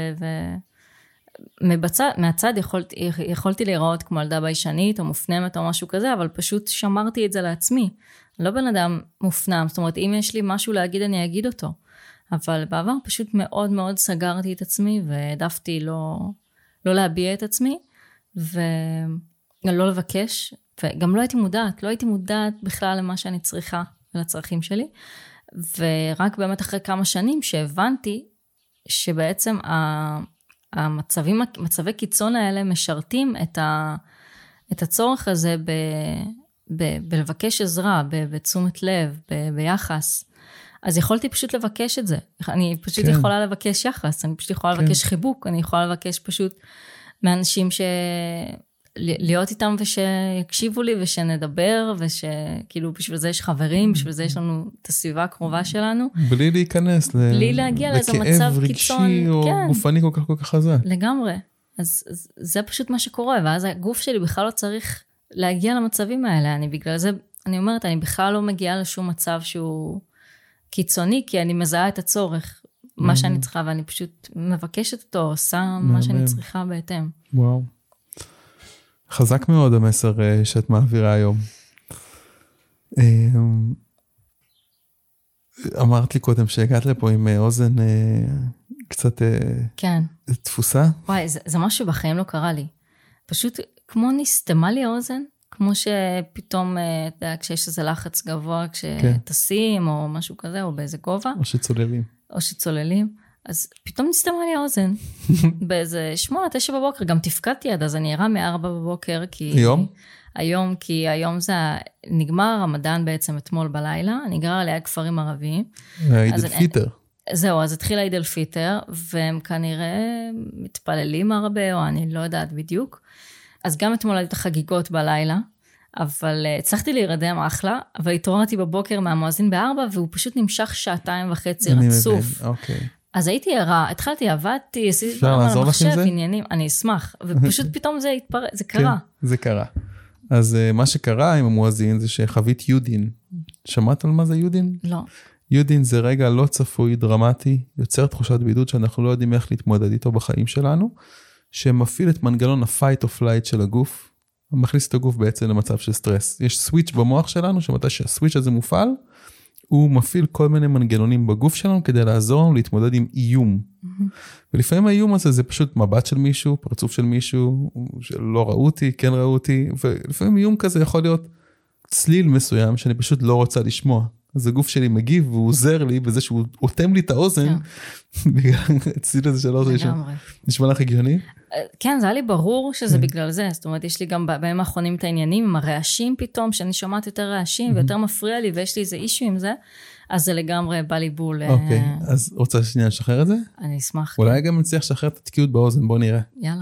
מבצע, מהצד יכולתי, יכולתי להיראות כמו ילדה ביישנית או מופנמת או משהו כזה, אבל פשוט שמרתי את זה לעצמי. לא בן אדם מופנם, זאת אומרת, אם יש לי משהו להגיד, אני אגיד אותו. אבל בעבר פשוט מאוד מאוד סגרתי את עצמי, והעדפתי לא, לא להביע את עצמי, ולא לבקש, וגם לא הייתי מודעת, לא הייתי מודעת בכלל למה שאני צריכה, ולצרכים שלי, ורק באמת אחרי כמה שנים שהבנתי, שבעצם ה... המצבים, מצבי קיצון האלה משרתים את, ה, את הצורך הזה ב, ב, בלבקש עזרה, ב, בתשומת לב, ב, ביחס. אז יכולתי פשוט לבקש את זה. אני פשוט כן. יכולה לבקש יחס, אני פשוט יכולה כן. לבקש חיבוק, אני יכולה לבקש פשוט מאנשים ש... להיות איתם ושיקשיבו לי ושנדבר, ושכאילו בשביל זה יש חברים, בשביל זה יש לנו את הסביבה הקרובה שלנו. בלי להיכנס בלי להגיע לאיזה מצב קיצון. לכאב רגשי או כן. גופני כל כך כל כך חזק. לגמרי. אז, אז זה פשוט מה שקורה, ואז הגוף שלי בכלל לא צריך להגיע למצבים האלה. אני בגלל זה, אני אומרת, אני בכלל לא מגיעה לשום מצב שהוא קיצוני, כי אני מזהה את הצורך, מה שאני צריכה, ואני פשוט מבקשת אותו, עושה מה שאני צריכה בהתאם. וואו. חזק מאוד המסר שאת מעבירה היום. אמרת לי קודם שהגעת לפה עם אוזן קצת כן. תפוסה. וואי, זה, זה משהו בחיים לא קרה לי. פשוט כמו נסתמה לי האוזן, כמו שפתאום, אתה יודע, כשיש איזה לחץ גבוה, כשטסים או משהו כזה, או באיזה גובה. או שצוללים. או שצוללים. אז פתאום נסתמה לי האוזן, באיזה שמונה, תשע בבוקר, גם תפקדתי עד, אז אני ערה מארבע בבוקר, כי... היום? היום, כי היום זה נגמר הרמדאן בעצם אתמול בלילה, אני גרה ליד כפרים ערביים. עיד אל פיטר. זהו, אז התחילה עיד אל פיטר, והם כנראה מתפללים הרבה, או אני לא יודעת בדיוק. אז גם אתמול הייתה חגיגות בלילה, אבל הצלחתי להירדם אחלה, אבל התעוררתי בבוקר מהמואזין בארבע, והוא פשוט נמשך שעתיים וחצי רצוף. אני מבין, אוקיי. אז הייתי ערה, התחלתי, עבדתי, עשיתי פעם על המחשב, עניינים, אני אשמח, ופשוט פתאום זה התפרק, זה קרה. כן, זה קרה. אז מה שקרה עם המואזין, זה שחווית יודין. שמעת על מה זה יודין? לא. יודין זה רגע לא צפוי, דרמטי, יוצר תחושת בידוד שאנחנו לא יודעים איך להתמודד איתו בחיים שלנו, שמפעיל את מנגנון ה-fight or flight של הגוף, מכניס את הגוף בעצם למצב של סטרס. יש סוויץ' במוח שלנו, שמתי שהסוויץ' הזה מופעל, הוא מפעיל כל מיני מנגנונים בגוף שלנו, כדי לעזור לנו להתמודד עם איום. Mm-hmm. ולפעמים האיום הזה, זה פשוט מבט של מישהו, פרצוף של מישהו, שלא ראו אותי, כן ראו אותי, ולפעמים איום כזה יכול להיות צליל מסוים, שאני פשוט לא רוצה לשמוע. אז הגוף שלי מגיב, והוא עוזר לי, בזה שהוא אוטם לי את האוזן, בגלל הצליל הזה של האוזן. נשמע לך הגיוני? כן, זה היה לי ברור שזה בגלל זה, זאת אומרת, יש לי גם בימים האחרונים את העניינים, עם הרעשים פתאום, שאני שומעת יותר רעשים, ויותר מפריע לי, ויש לי איזה אישו עם זה, אז זה לגמרי בא לי בול. אוקיי, אז רוצה שנייה לשחרר את זה? אני אשמח. אולי גם נצליח לשחרר את התקיעות באוזן, בוא נראה. יאללה.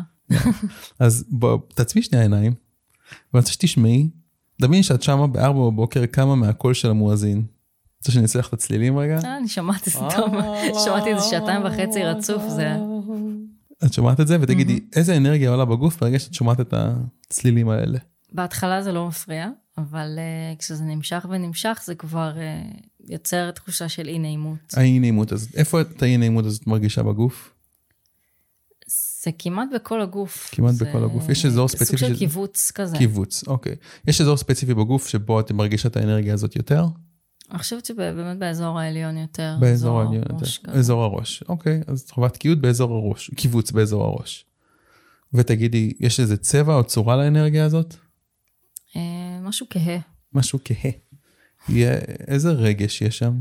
אז בוא, תעצמי שנייה עיניים, ואני רוצה שתשמעי, דמייני שאת שמה בארבע בבוקר, כמה מהקול של המואזין. רוצה שאני אצליח את הצלילים רגע? אני שמעתי את זה טוב, שמעתי את זה שעתיים וחצי רצוף, זה... את שומעת את זה, ותגידי, איזה אנרגיה עולה בגוף ברגע שאת שומעת את הצלילים האלה? בהתחלה זה לא מפריע, אבל uh, כשזה נמשך ונמשך, זה כבר uh, יוצר תחושה של אי נעימות. האי נעימות הזאת, איפה את האי נעימות הזאת מרגישה בגוף? זה כמעט בכל הגוף. כמעט בכל הגוף. יש אזור ספציפי. סוג של קיבוץ כזה. קיבוץ, אוקיי. יש אזור ספציפי בגוף שבו את מרגישה את האנרגיה הזאת יותר? אני חושבת שבאמת באזור העליון יותר. באזור העליון יותר. אזור הראש. אוקיי, אז חובת קיוט באזור הראש. קיבוץ באזור הראש. ותגידי, יש איזה צבע או צורה לאנרגיה הזאת? משהו כהה. משהו כהה. איזה רגש יש שם?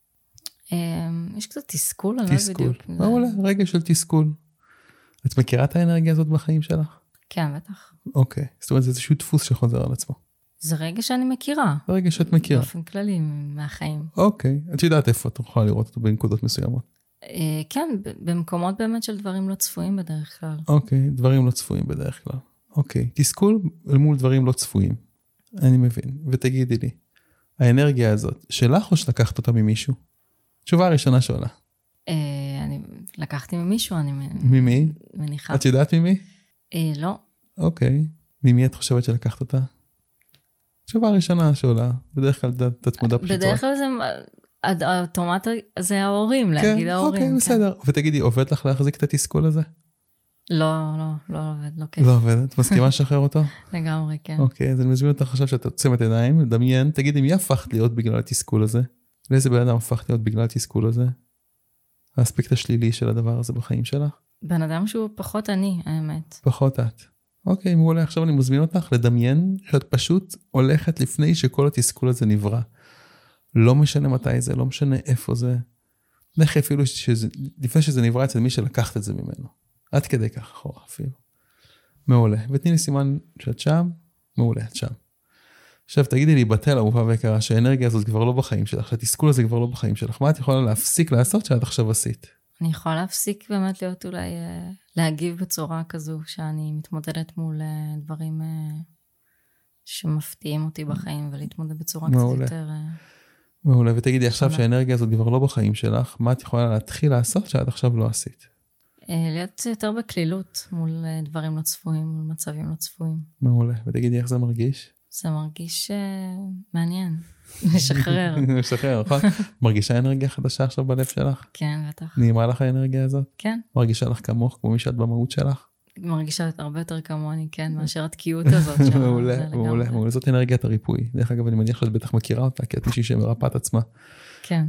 יש קצת תסכול. תסכול. מעולה, רגש של תסכול. את מכירה את האנרגיה הזאת בחיים שלך? כן, בטח. אוקיי. זאת אומרת, זה איזשהו דפוס שחוזר על עצמו. זה רגע שאני מכירה. זה רגע שאת מכירה. באופן כללי, מהחיים. אוקיי. את יודעת איפה את יכולה לראות אותו בנקודות מסוימות? כן, במקומות באמת של דברים לא צפויים בדרך כלל. אוקיי, דברים לא צפויים בדרך כלל. אוקיי. תסכול אל מול דברים לא צפויים. אני מבין. ותגידי לי, האנרגיה הזאת, שלך או שלקחת אותה ממישהו? תשובה הראשונה שעולה. אני לקחתי ממישהו, אני ממי? מניחה. את יודעת ממי? לא. אוקיי. ממי את חושבת שלקחת אותה? תשובה הראשונה שעולה. בדרך כלל את מודע פשוט. בדרך כלל זה, האוטומט זה ההורים, להגיד ההורים. אוקיי, בסדר. ותגידי, עובד לך להחזיק את התסכול הזה? לא, לא, לא עובד, לא כיף. לא עובד, את מסכימה לשחרר אותו? לגמרי, כן. אוקיי, אז אני מזמין אותך עכשיו שאת עוצמת עיניים, לדמיין, תגידי, מי הפכת להיות בגלל התסכול הזה? לאיזה בן אדם הפכת להיות בגלל התסכול הזה? האספקט השלילי של הדבר הזה בחיים שלך? בן אדם שהוא פחות אני, האמת. פחות את. אוקיי, מעולה, עכשיו אני מזמין אותך לדמיין שאת פשוט הולכת לפני שכל התסכול הזה נברא. לא משנה מתי זה, לא משנה איפה זה. לכי אפילו שזה, לפני שזה נברא אצל מי שלקחת את זה ממנו. עד כדי כך אחורה אפילו. מעולה. ותני לי סימן שאת שם, מעולה, את שם. עכשיו תגידי לי, בתל אהובה ויקרה, שהאנרגיה הזאת כבר לא בחיים שלך, שהתסכול הזה כבר לא בחיים שלך. מה את יכולה להפסיק לעשות שאת עכשיו עשית? אני יכולה להפסיק באמת להיות אולי, להגיב בצורה כזו, שאני מתמודדת מול דברים שמפתיעים אותי בחיים, ולהתמודד בצורה קצת יותר... מעולה, ותגידי עכשיו שהאנרגיה הזאת כבר לא בחיים שלך, מה את יכולה להתחיל לעשות שאת עכשיו לא עשית? להיות יותר בכלילות מול דברים לא צפויים, מול מצבים לא צפויים. מעולה, ותגידי איך זה מרגיש? זה מרגיש מעניין, משחרר. משחרר, נכון? מרגישה אנרגיה חדשה עכשיו בלב שלך? כן, בטח. נעימה לך האנרגיה הזאת? כן. מרגישה לך כמוך, כמו מי שאת במהות שלך? מרגישה הרבה יותר כמוני, כן, מאשר התקיעות הזאת. מעולה, מעולה, מעולה. זאת אנרגיית הריפוי. דרך אגב, אני מניח שאת בטח מכירה אותה, כי את מישהי שמרפאת עצמה. כן.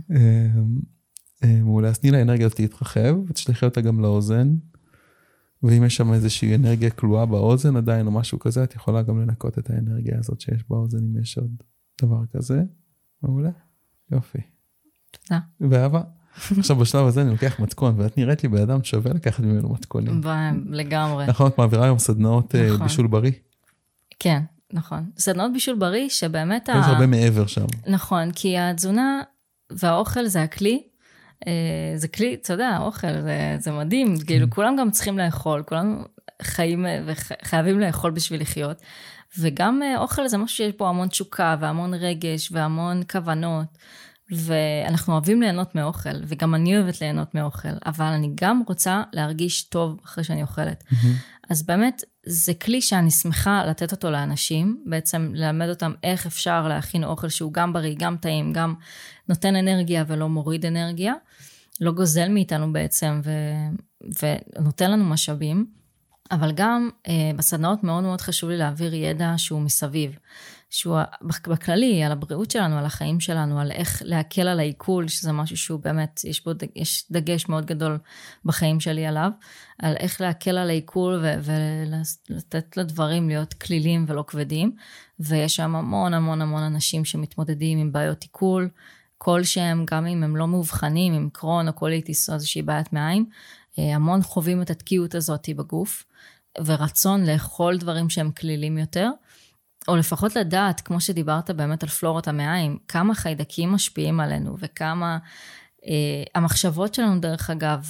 מעולה, אז תני לאנרגיה הזאת להתרחב, ותשלחי אותה גם לאוזן, ואם יש שם איזושהי אנרגיה כלואה באוזן עדיין או משהו כזה, את יכולה גם לנקות את האנרגיה הזאת שיש באוזן, אם יש עוד דבר כזה. מעולה, יופי. תודה. ואהבה. עכשיו בשלב הזה אני לוקח מתכון, ואת נראית לי באדם שווה לקחת ממנו מתכונים. לגמרי. נכון, את מעבירה היום סדנאות בישול בריא. כן, נכון. סדנאות בישול בריא שבאמת... יש הרבה מעבר שם. נכון, כי התזונה והאוכל זה הכלי, זה כלי, אתה יודע, האוכל, זה, זה מדהים, כאילו כולם גם צריכים לאכול, כולם חיים וחייבים לאכול בשביל לחיות, וגם אוכל זה משהו שיש פה המון תשוקה, והמון רגש, והמון כוונות, ואנחנו אוהבים ליהנות מאוכל, וגם אני אוהבת ליהנות מאוכל, אבל אני גם רוצה להרגיש טוב אחרי שאני אוכלת. אז באמת, זה כלי שאני שמחה לתת אותו לאנשים, בעצם ללמד אותם איך אפשר להכין אוכל שהוא גם בריא, גם טעים, גם נותן אנרגיה ולא מוריד אנרגיה, לא גוזל מאיתנו בעצם, ו... ונותן לנו משאבים, אבל גם אה, בסדנאות מאוד מאוד חשוב לי להעביר ידע שהוא מסביב, שהוא בכללי, על הבריאות שלנו, על החיים שלנו, על איך להקל על העיכול, שזה משהו שהוא באמת, יש בו, יש דגש מאוד גדול בחיים שלי עליו, על איך להקל על העיכול ו- ולתת לדברים להיות כלילים ולא כבדים, ויש שם המון המון המון אנשים שמתמודדים עם בעיות עיכול, כל שהם, גם אם הם לא מאובחנים, עם קרון או קוליטיס או איזושהי בעיית מעיים, המון חווים את התקיעות הזאת בגוף, ורצון לאכול דברים שהם כלילים יותר, או לפחות לדעת, כמו שדיברת באמת על פלורת המעיים, כמה חיידקים משפיעים עלינו, וכמה אה, המחשבות שלנו דרך אגב,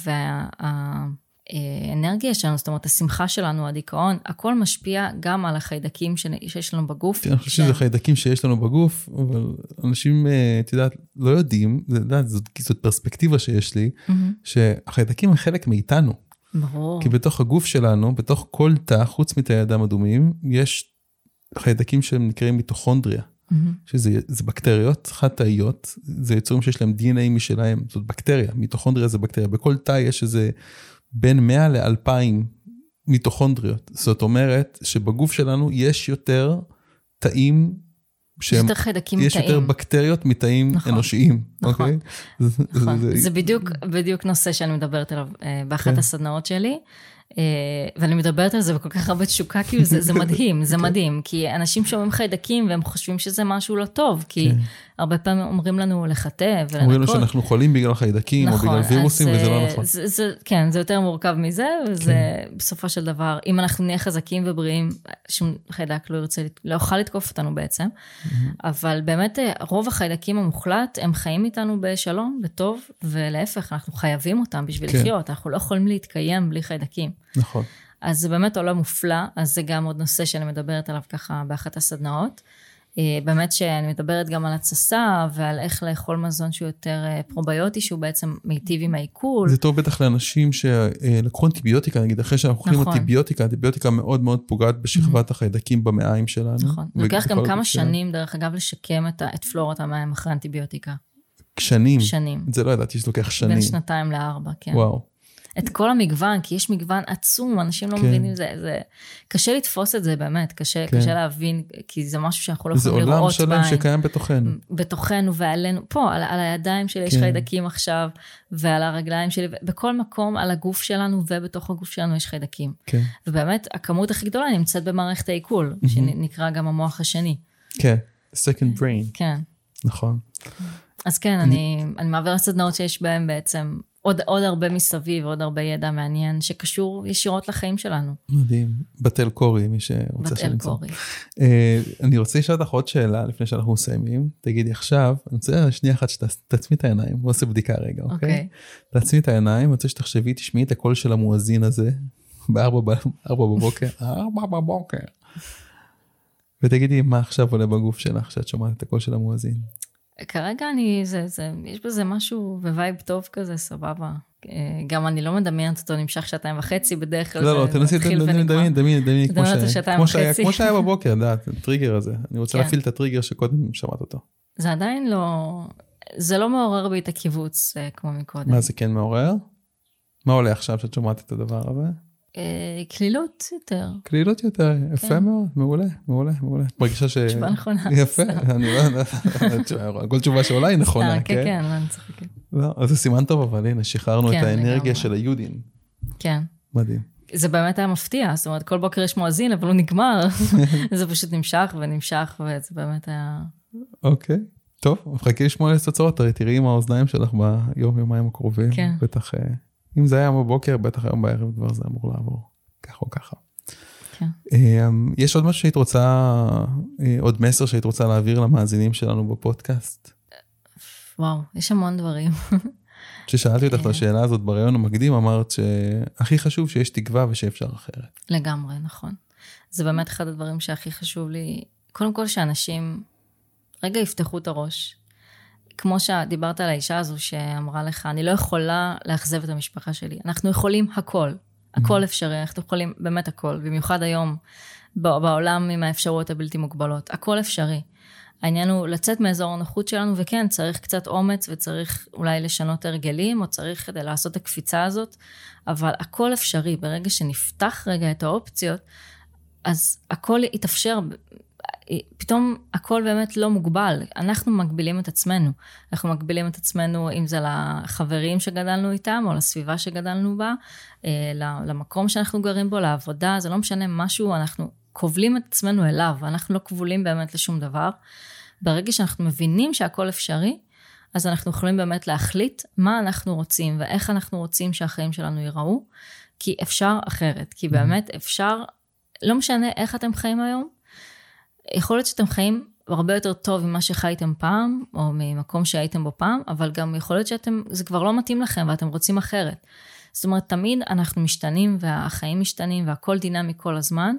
והאנרגיה שלנו, זאת אומרת, השמחה שלנו, הדיכאון, הכל משפיע גם על החיידקים שיש לנו בגוף. אני חושב שזה חיידקים שיש לנו בגוף, אבל אנשים, את יודעת, לא יודעים, זאת, זאת פרספקטיבה שיש לי, שהחיידקים הם חלק מאיתנו. ברור. כי בתוך הגוף שלנו, בתוך כל תא, חוץ מתאי הדם אדומים, יש חיידקים שהם נקראים מיטוכונדריה, mm-hmm. שזה זה בקטריות, חד-תאיות, זה יצורים שיש להם די אן איי משלהם, זאת בקטריה, מיטוכונדריה זה בקטריה, בכל תא יש איזה בין מאה לאלפיים מיטוכונדריות, זאת אומרת שבגוף שלנו יש יותר תאים, שהם, יש יותר חיידקים יש מתאים. יותר בקטריות מתאים נכון, אנושיים. נכון, אוקיי? נכון. זה, זה, זה בדיוק, בדיוק נושא שאני מדברת עליו באחת כן. הסדנאות שלי, ואני מדברת על זה בכל כך הרבה תשוקה, כאילו זה, זה מדהים, זה מדהים, כי אנשים שומעים חיידקים והם חושבים שזה משהו לא טוב, כי הרבה פעמים אומרים לנו לחטא ולנקות. אומרים לנו שאנחנו חולים בגלל חיידקים או בגלל וירוסים, וזה לא נכון. זה, זה, כן, זה יותר מורכב מזה, וזה בסופו של דבר, אם אנחנו נהיה חזקים ובריאים, שום חיידק לא ירצה, לא יוכל לתקוף אותנו בעצם, אבל באמת רוב החיידקים המוחלט, הם חיים איתנו בשלום, בטוב, ולהפך, אנחנו חייבים אותם בשביל לחיות, אנחנו לא יכולים להתקיים בלי חיידקים. נכון. אז זה באמת עולם מופלא, אז זה גם עוד נושא שאני מדברת עליו ככה באחת הסדנאות. באמת שאני מדברת גם על התססה, ועל איך לאכול מזון שהוא יותר פרוביוטי, שהוא בעצם מיטיב עם העיכול. זה טוב בטח לאנשים שלקחו אנטיביוטיקה, נגיד אחרי שאנחנו אוכלים אנטיביוטיקה, אנטיביוטיקה מאוד מאוד פוגעת בשכבת החיידקים במעיים שלנו. נכון, זה לוקח גם כמה שנים, דרך אגב, לשקם את פלורת המעיים אחרי אנטיביוטיקה. שנים? שנים. זה לא ידעתי שזה לוקח שנים. בין שנתיים לארבע, כן. וואו. את כל המגוון, כי יש מגוון עצום, אנשים לא כן. מבינים, זה, זה, קשה לתפוס את זה באמת, קשה, כן. קשה להבין, כי זה משהו שאנחנו לא יכולים לראות בעין. זה עולם שלם שקיים בתוכנו. בתוכנו ועלינו, פה, על, על הידיים שלי יש כן. חיידקים עכשיו, ועל הרגליים שלי, בכל מקום, על הגוף שלנו, ובתוך הגוף שלנו יש חיידקים. כן. ובאמת, הכמות הכי גדולה נמצאת במערכת העיכול, mm-hmm. שנקרא גם המוח השני. כן, second brain. כן. נכון. אז כן, אני, אני מעביר סדנאות שיש בהם בעצם, עוד, עוד הרבה מסביב, עוד הרבה ידע מעניין, שקשור ישירות לחיים שלנו. מדהים. בתל קורי, מי שרוצה שנמצא. בתל קורי. אני רוצה לשאול אותך עוד שאלה, לפני שאנחנו מסיימים. תגידי עכשיו, אני רוצה שנייה אחת שתעצמי את העיניים, בוא עושה בדיקה רגע, אוקיי? תעצמי את העיניים, אני רוצה שתחשבי, תשמעי את הקול של המואזין הזה, בארבע בבוקר, ארבע בבוקר. ותגידי, מה עכשיו עולה בגוף שלך, שאת שומעת את הקול של המואזין? כרגע אני, זה, זה, יש בזה משהו בווייב טוב כזה, סבבה. גם אני לא מדמיינת אותו, נמשך שעתיים וחצי בדרך כלל. לא, לא, תנסי, דמיין, דמיין, דמיין, דמיין, כמו שהיה בבוקר, דעת, הטריגר הזה. אני רוצה להפעיל את הטריגר שקודם שמעת אותו. זה עדיין לא, זה לא מעורר בי את הקיבוץ כמו מקודם. מה זה כן מעורר? מה עולה עכשיו שאת שומעת את הדבר הזה? כלילות יותר. כלילות יותר, יפה מאוד, מעולה, מעולה, מעולה. מרגישה ש... תשובה נכונה. יפה, אני לא יודעת, כל תשובה שעולה היא נכונה, כן? כן, כן, לא נצחק. לא, אז זה סימן טוב, אבל הנה, שחררנו את האנרגיה של היודין. כן. מדהים. זה באמת היה מפתיע, זאת אומרת, כל בוקר יש מואזין, אבל הוא נגמר. זה פשוט נמשך ונמשך, וזה באמת היה... אוקיי, טוב, מחכה לשמוע לתוצאות, תראי עם האוזניים שלך ביום, יומיים הקרובים. כן. בטח... אם זה היה בבוקר, בטח היום בערב כבר זה אמור לעבור, ככה או ככה. כן. יש עוד משהו שהיית רוצה, עוד מסר שהיית רוצה להעביר למאזינים שלנו בפודקאסט? וואו, יש המון דברים. כששאלתי אותך את השאלה הזאת ברעיון המקדים, אמרת שהכי חשוב שיש תקווה ושאפשר אחרת. לגמרי, נכון. זה באמת אחד הדברים שהכי חשוב לי, קודם כל שאנשים רגע יפתחו את הראש, כמו שדיברת על האישה הזו שאמרה לך, אני לא יכולה לאכזב את המשפחה שלי. אנחנו יכולים הכל. הכל אפשרי, אנחנו יכולים באמת הכל. במיוחד היום בעולם עם האפשרויות הבלתי מוגבלות. הכל אפשרי. העניין הוא לצאת מאזור הנוחות שלנו, וכן, צריך קצת אומץ, וצריך אולי לשנות הרגלים, או צריך כדי לעשות את הקפיצה הזאת, אבל הכל אפשרי. ברגע שנפתח רגע את האופציות, אז הכל יתאפשר פתאום הכל באמת לא מוגבל, אנחנו מגבילים את עצמנו, אנחנו מגבילים את עצמנו אם זה לחברים שגדלנו איתם, או לסביבה שגדלנו בה, למקום שאנחנו גרים בו, לעבודה, זה לא משנה משהו, אנחנו כובלים את עצמנו אליו, אנחנו לא כבולים באמת לשום דבר, ברגע שאנחנו מבינים שהכל אפשרי, אז אנחנו יכולים באמת להחליט מה אנחנו רוצים, ואיך אנחנו רוצים שהחיים שלנו ייראו, כי אפשר אחרת, כי באמת אפשר, לא משנה איך אתם חיים היום, יכול להיות שאתם חיים הרבה יותר טוב ממה שחייתם פעם, או ממקום שהייתם בו פעם, אבל גם יכול להיות שאתם, זה כבר לא מתאים לכם, ואתם רוצים אחרת. זאת אומרת, תמיד אנחנו משתנים, והחיים משתנים, והכל דינמי כל הזמן,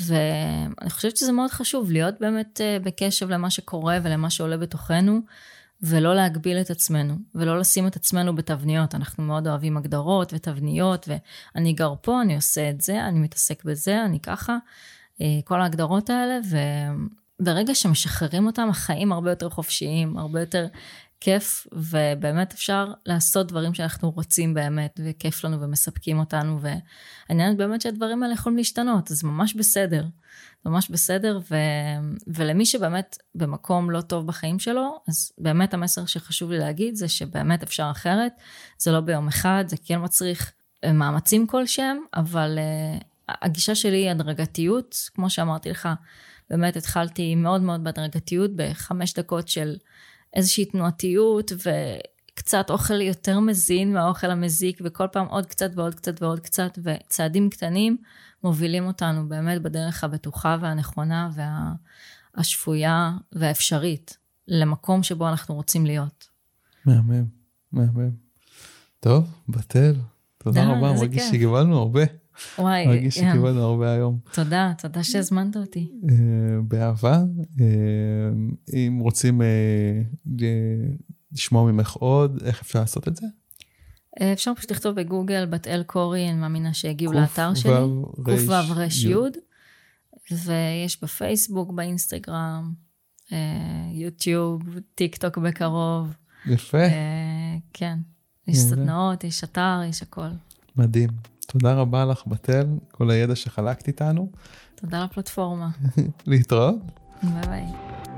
ואני חושבת שזה מאוד חשוב, להיות באמת בקשב למה שקורה, ולמה שעולה בתוכנו, ולא להגביל את עצמנו, ולא לשים את עצמנו בתבניות. אנחנו מאוד אוהבים הגדרות ותבניות, ואני גר פה, אני עושה את זה, אני מתעסק בזה, אני ככה, כל ההגדרות האלה, וברגע שמשחררים אותם, החיים הרבה יותר חופשיים, הרבה יותר כיף, ובאמת אפשר לעשות דברים שאנחנו רוצים באמת, וכיף לנו ומספקים אותנו, והעניין באמת שהדברים האלה יכולים להשתנות, אז ממש בסדר, ממש בסדר, ו... ולמי שבאמת במקום לא טוב בחיים שלו, אז באמת המסר שחשוב לי להגיד, זה שבאמת אפשר אחרת, זה לא ביום אחד, זה כן מצריך מאמצים כלשהם, אבל uh, הגישה שלי היא הדרגתיות, כמו שאמרתי לך, באמת התחלתי מאוד מאוד בהדרגתיות, בחמש דקות של איזושהי תנועתיות, וקצת אוכל יותר מזין מהאוכל המזיק, וכל פעם עוד קצת ועוד קצת ועוד קצת, וצעדים קטנים מובילים אותנו באמת בדרך הבטוחה והנכונה, והשפויה והאפשרית, למקום שבו אנחנו רוצים להיות. מהמם, מהמם. טוב, בתל, תודה רבה, מרגיש שקיבלנו הרבה. וואי, מרגיש שקיבלנו הרבה היום. תודה, תודה שהזמנת אותי. באהבה, אם רוצים לשמוע ממך עוד, איך אפשר לעשות את זה? אפשר פשוט לכתוב בגוגל, בתאל קורי, אני מאמינה שהגיעו לאתר שלי. קוף וו רש יוד. ויש בפייסבוק, באינסטגרם, יוטיוב, טיק טוק בקרוב. יפה. כן, יש סדנאות, יש אתר, יש הכל. מדהים. תודה רבה לך, בתל, כל הידע שחלקת איתנו. תודה לפלטפורמה. להתראות. ביי ביי.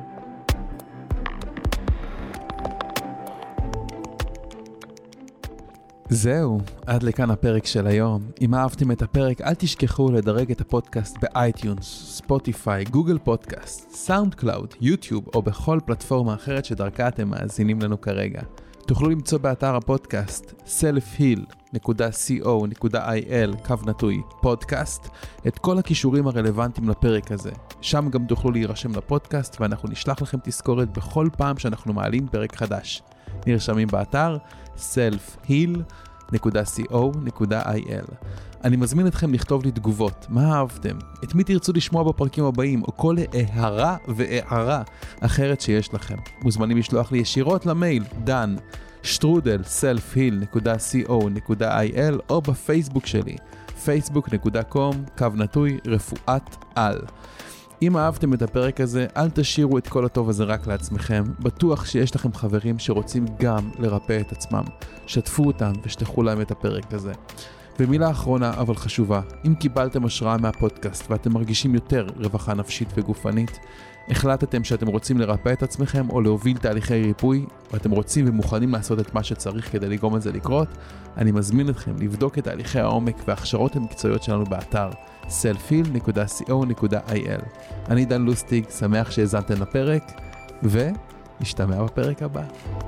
זהו, עד לכאן הפרק של היום. אם אהבתם את הפרק, אל תשכחו לדרג את הפודקאסט באייטיונס, ספוטיפיי, גוגל פודקאסט, סאונד קלאוד, יוטיוב או בכל פלטפורמה אחרת שדרכה אתם מאזינים לנו כרגע. תוכלו למצוא באתר הפודקאסט סלף היל נקודה קו נקודה איי אל קו נטוי פודקאסט את כל הכישורים הרלוונטיים לפרק הזה. שם גם תוכלו להירשם לפודקאסט ואנחנו נשלח לכם תזכורת בכל פעם שאנחנו מעלים פרק חדש. נרשמים באתר סלף היל נקודה קו נקודה איי אל. אני מזמין אתכם לכתוב לי תגובות, מה אהבתם, את מי תרצו לשמוע בפרקים הבאים, או כל הערה והערה אחרת שיש לכם. מוזמנים לשלוח לי ישירות למייל דן שטרודל סלף היל נקודה קו נקודה איי אל או בפייסבוק שלי, פייסבוק נקודה קום קו נטוי רפואת על. אם אהבתם את הפרק הזה, אל תשאירו את כל הטוב הזה רק לעצמכם. בטוח שיש לכם חברים שרוצים גם לרפא את עצמם. שתפו אותם ושתחו להם את הפרק הזה. ומילה אחרונה אבל חשובה, אם קיבלתם השראה מהפודקאסט ואתם מרגישים יותר רווחה נפשית וגופנית, החלטתם שאתם רוצים לרפא את עצמכם או להוביל תהליכי ריפוי, ואתם רוצים ומוכנים לעשות את מה שצריך כדי לגרום את זה לקרות, אני מזמין אתכם לבדוק את תהליכי העומק וההכשרות המקצועיות שלנו באתר סלף היל נקודה קו נקודה איי אל. אני דן לוסטיג, שמח שהזנתם לפרק, ונשתמע בפרק הבא.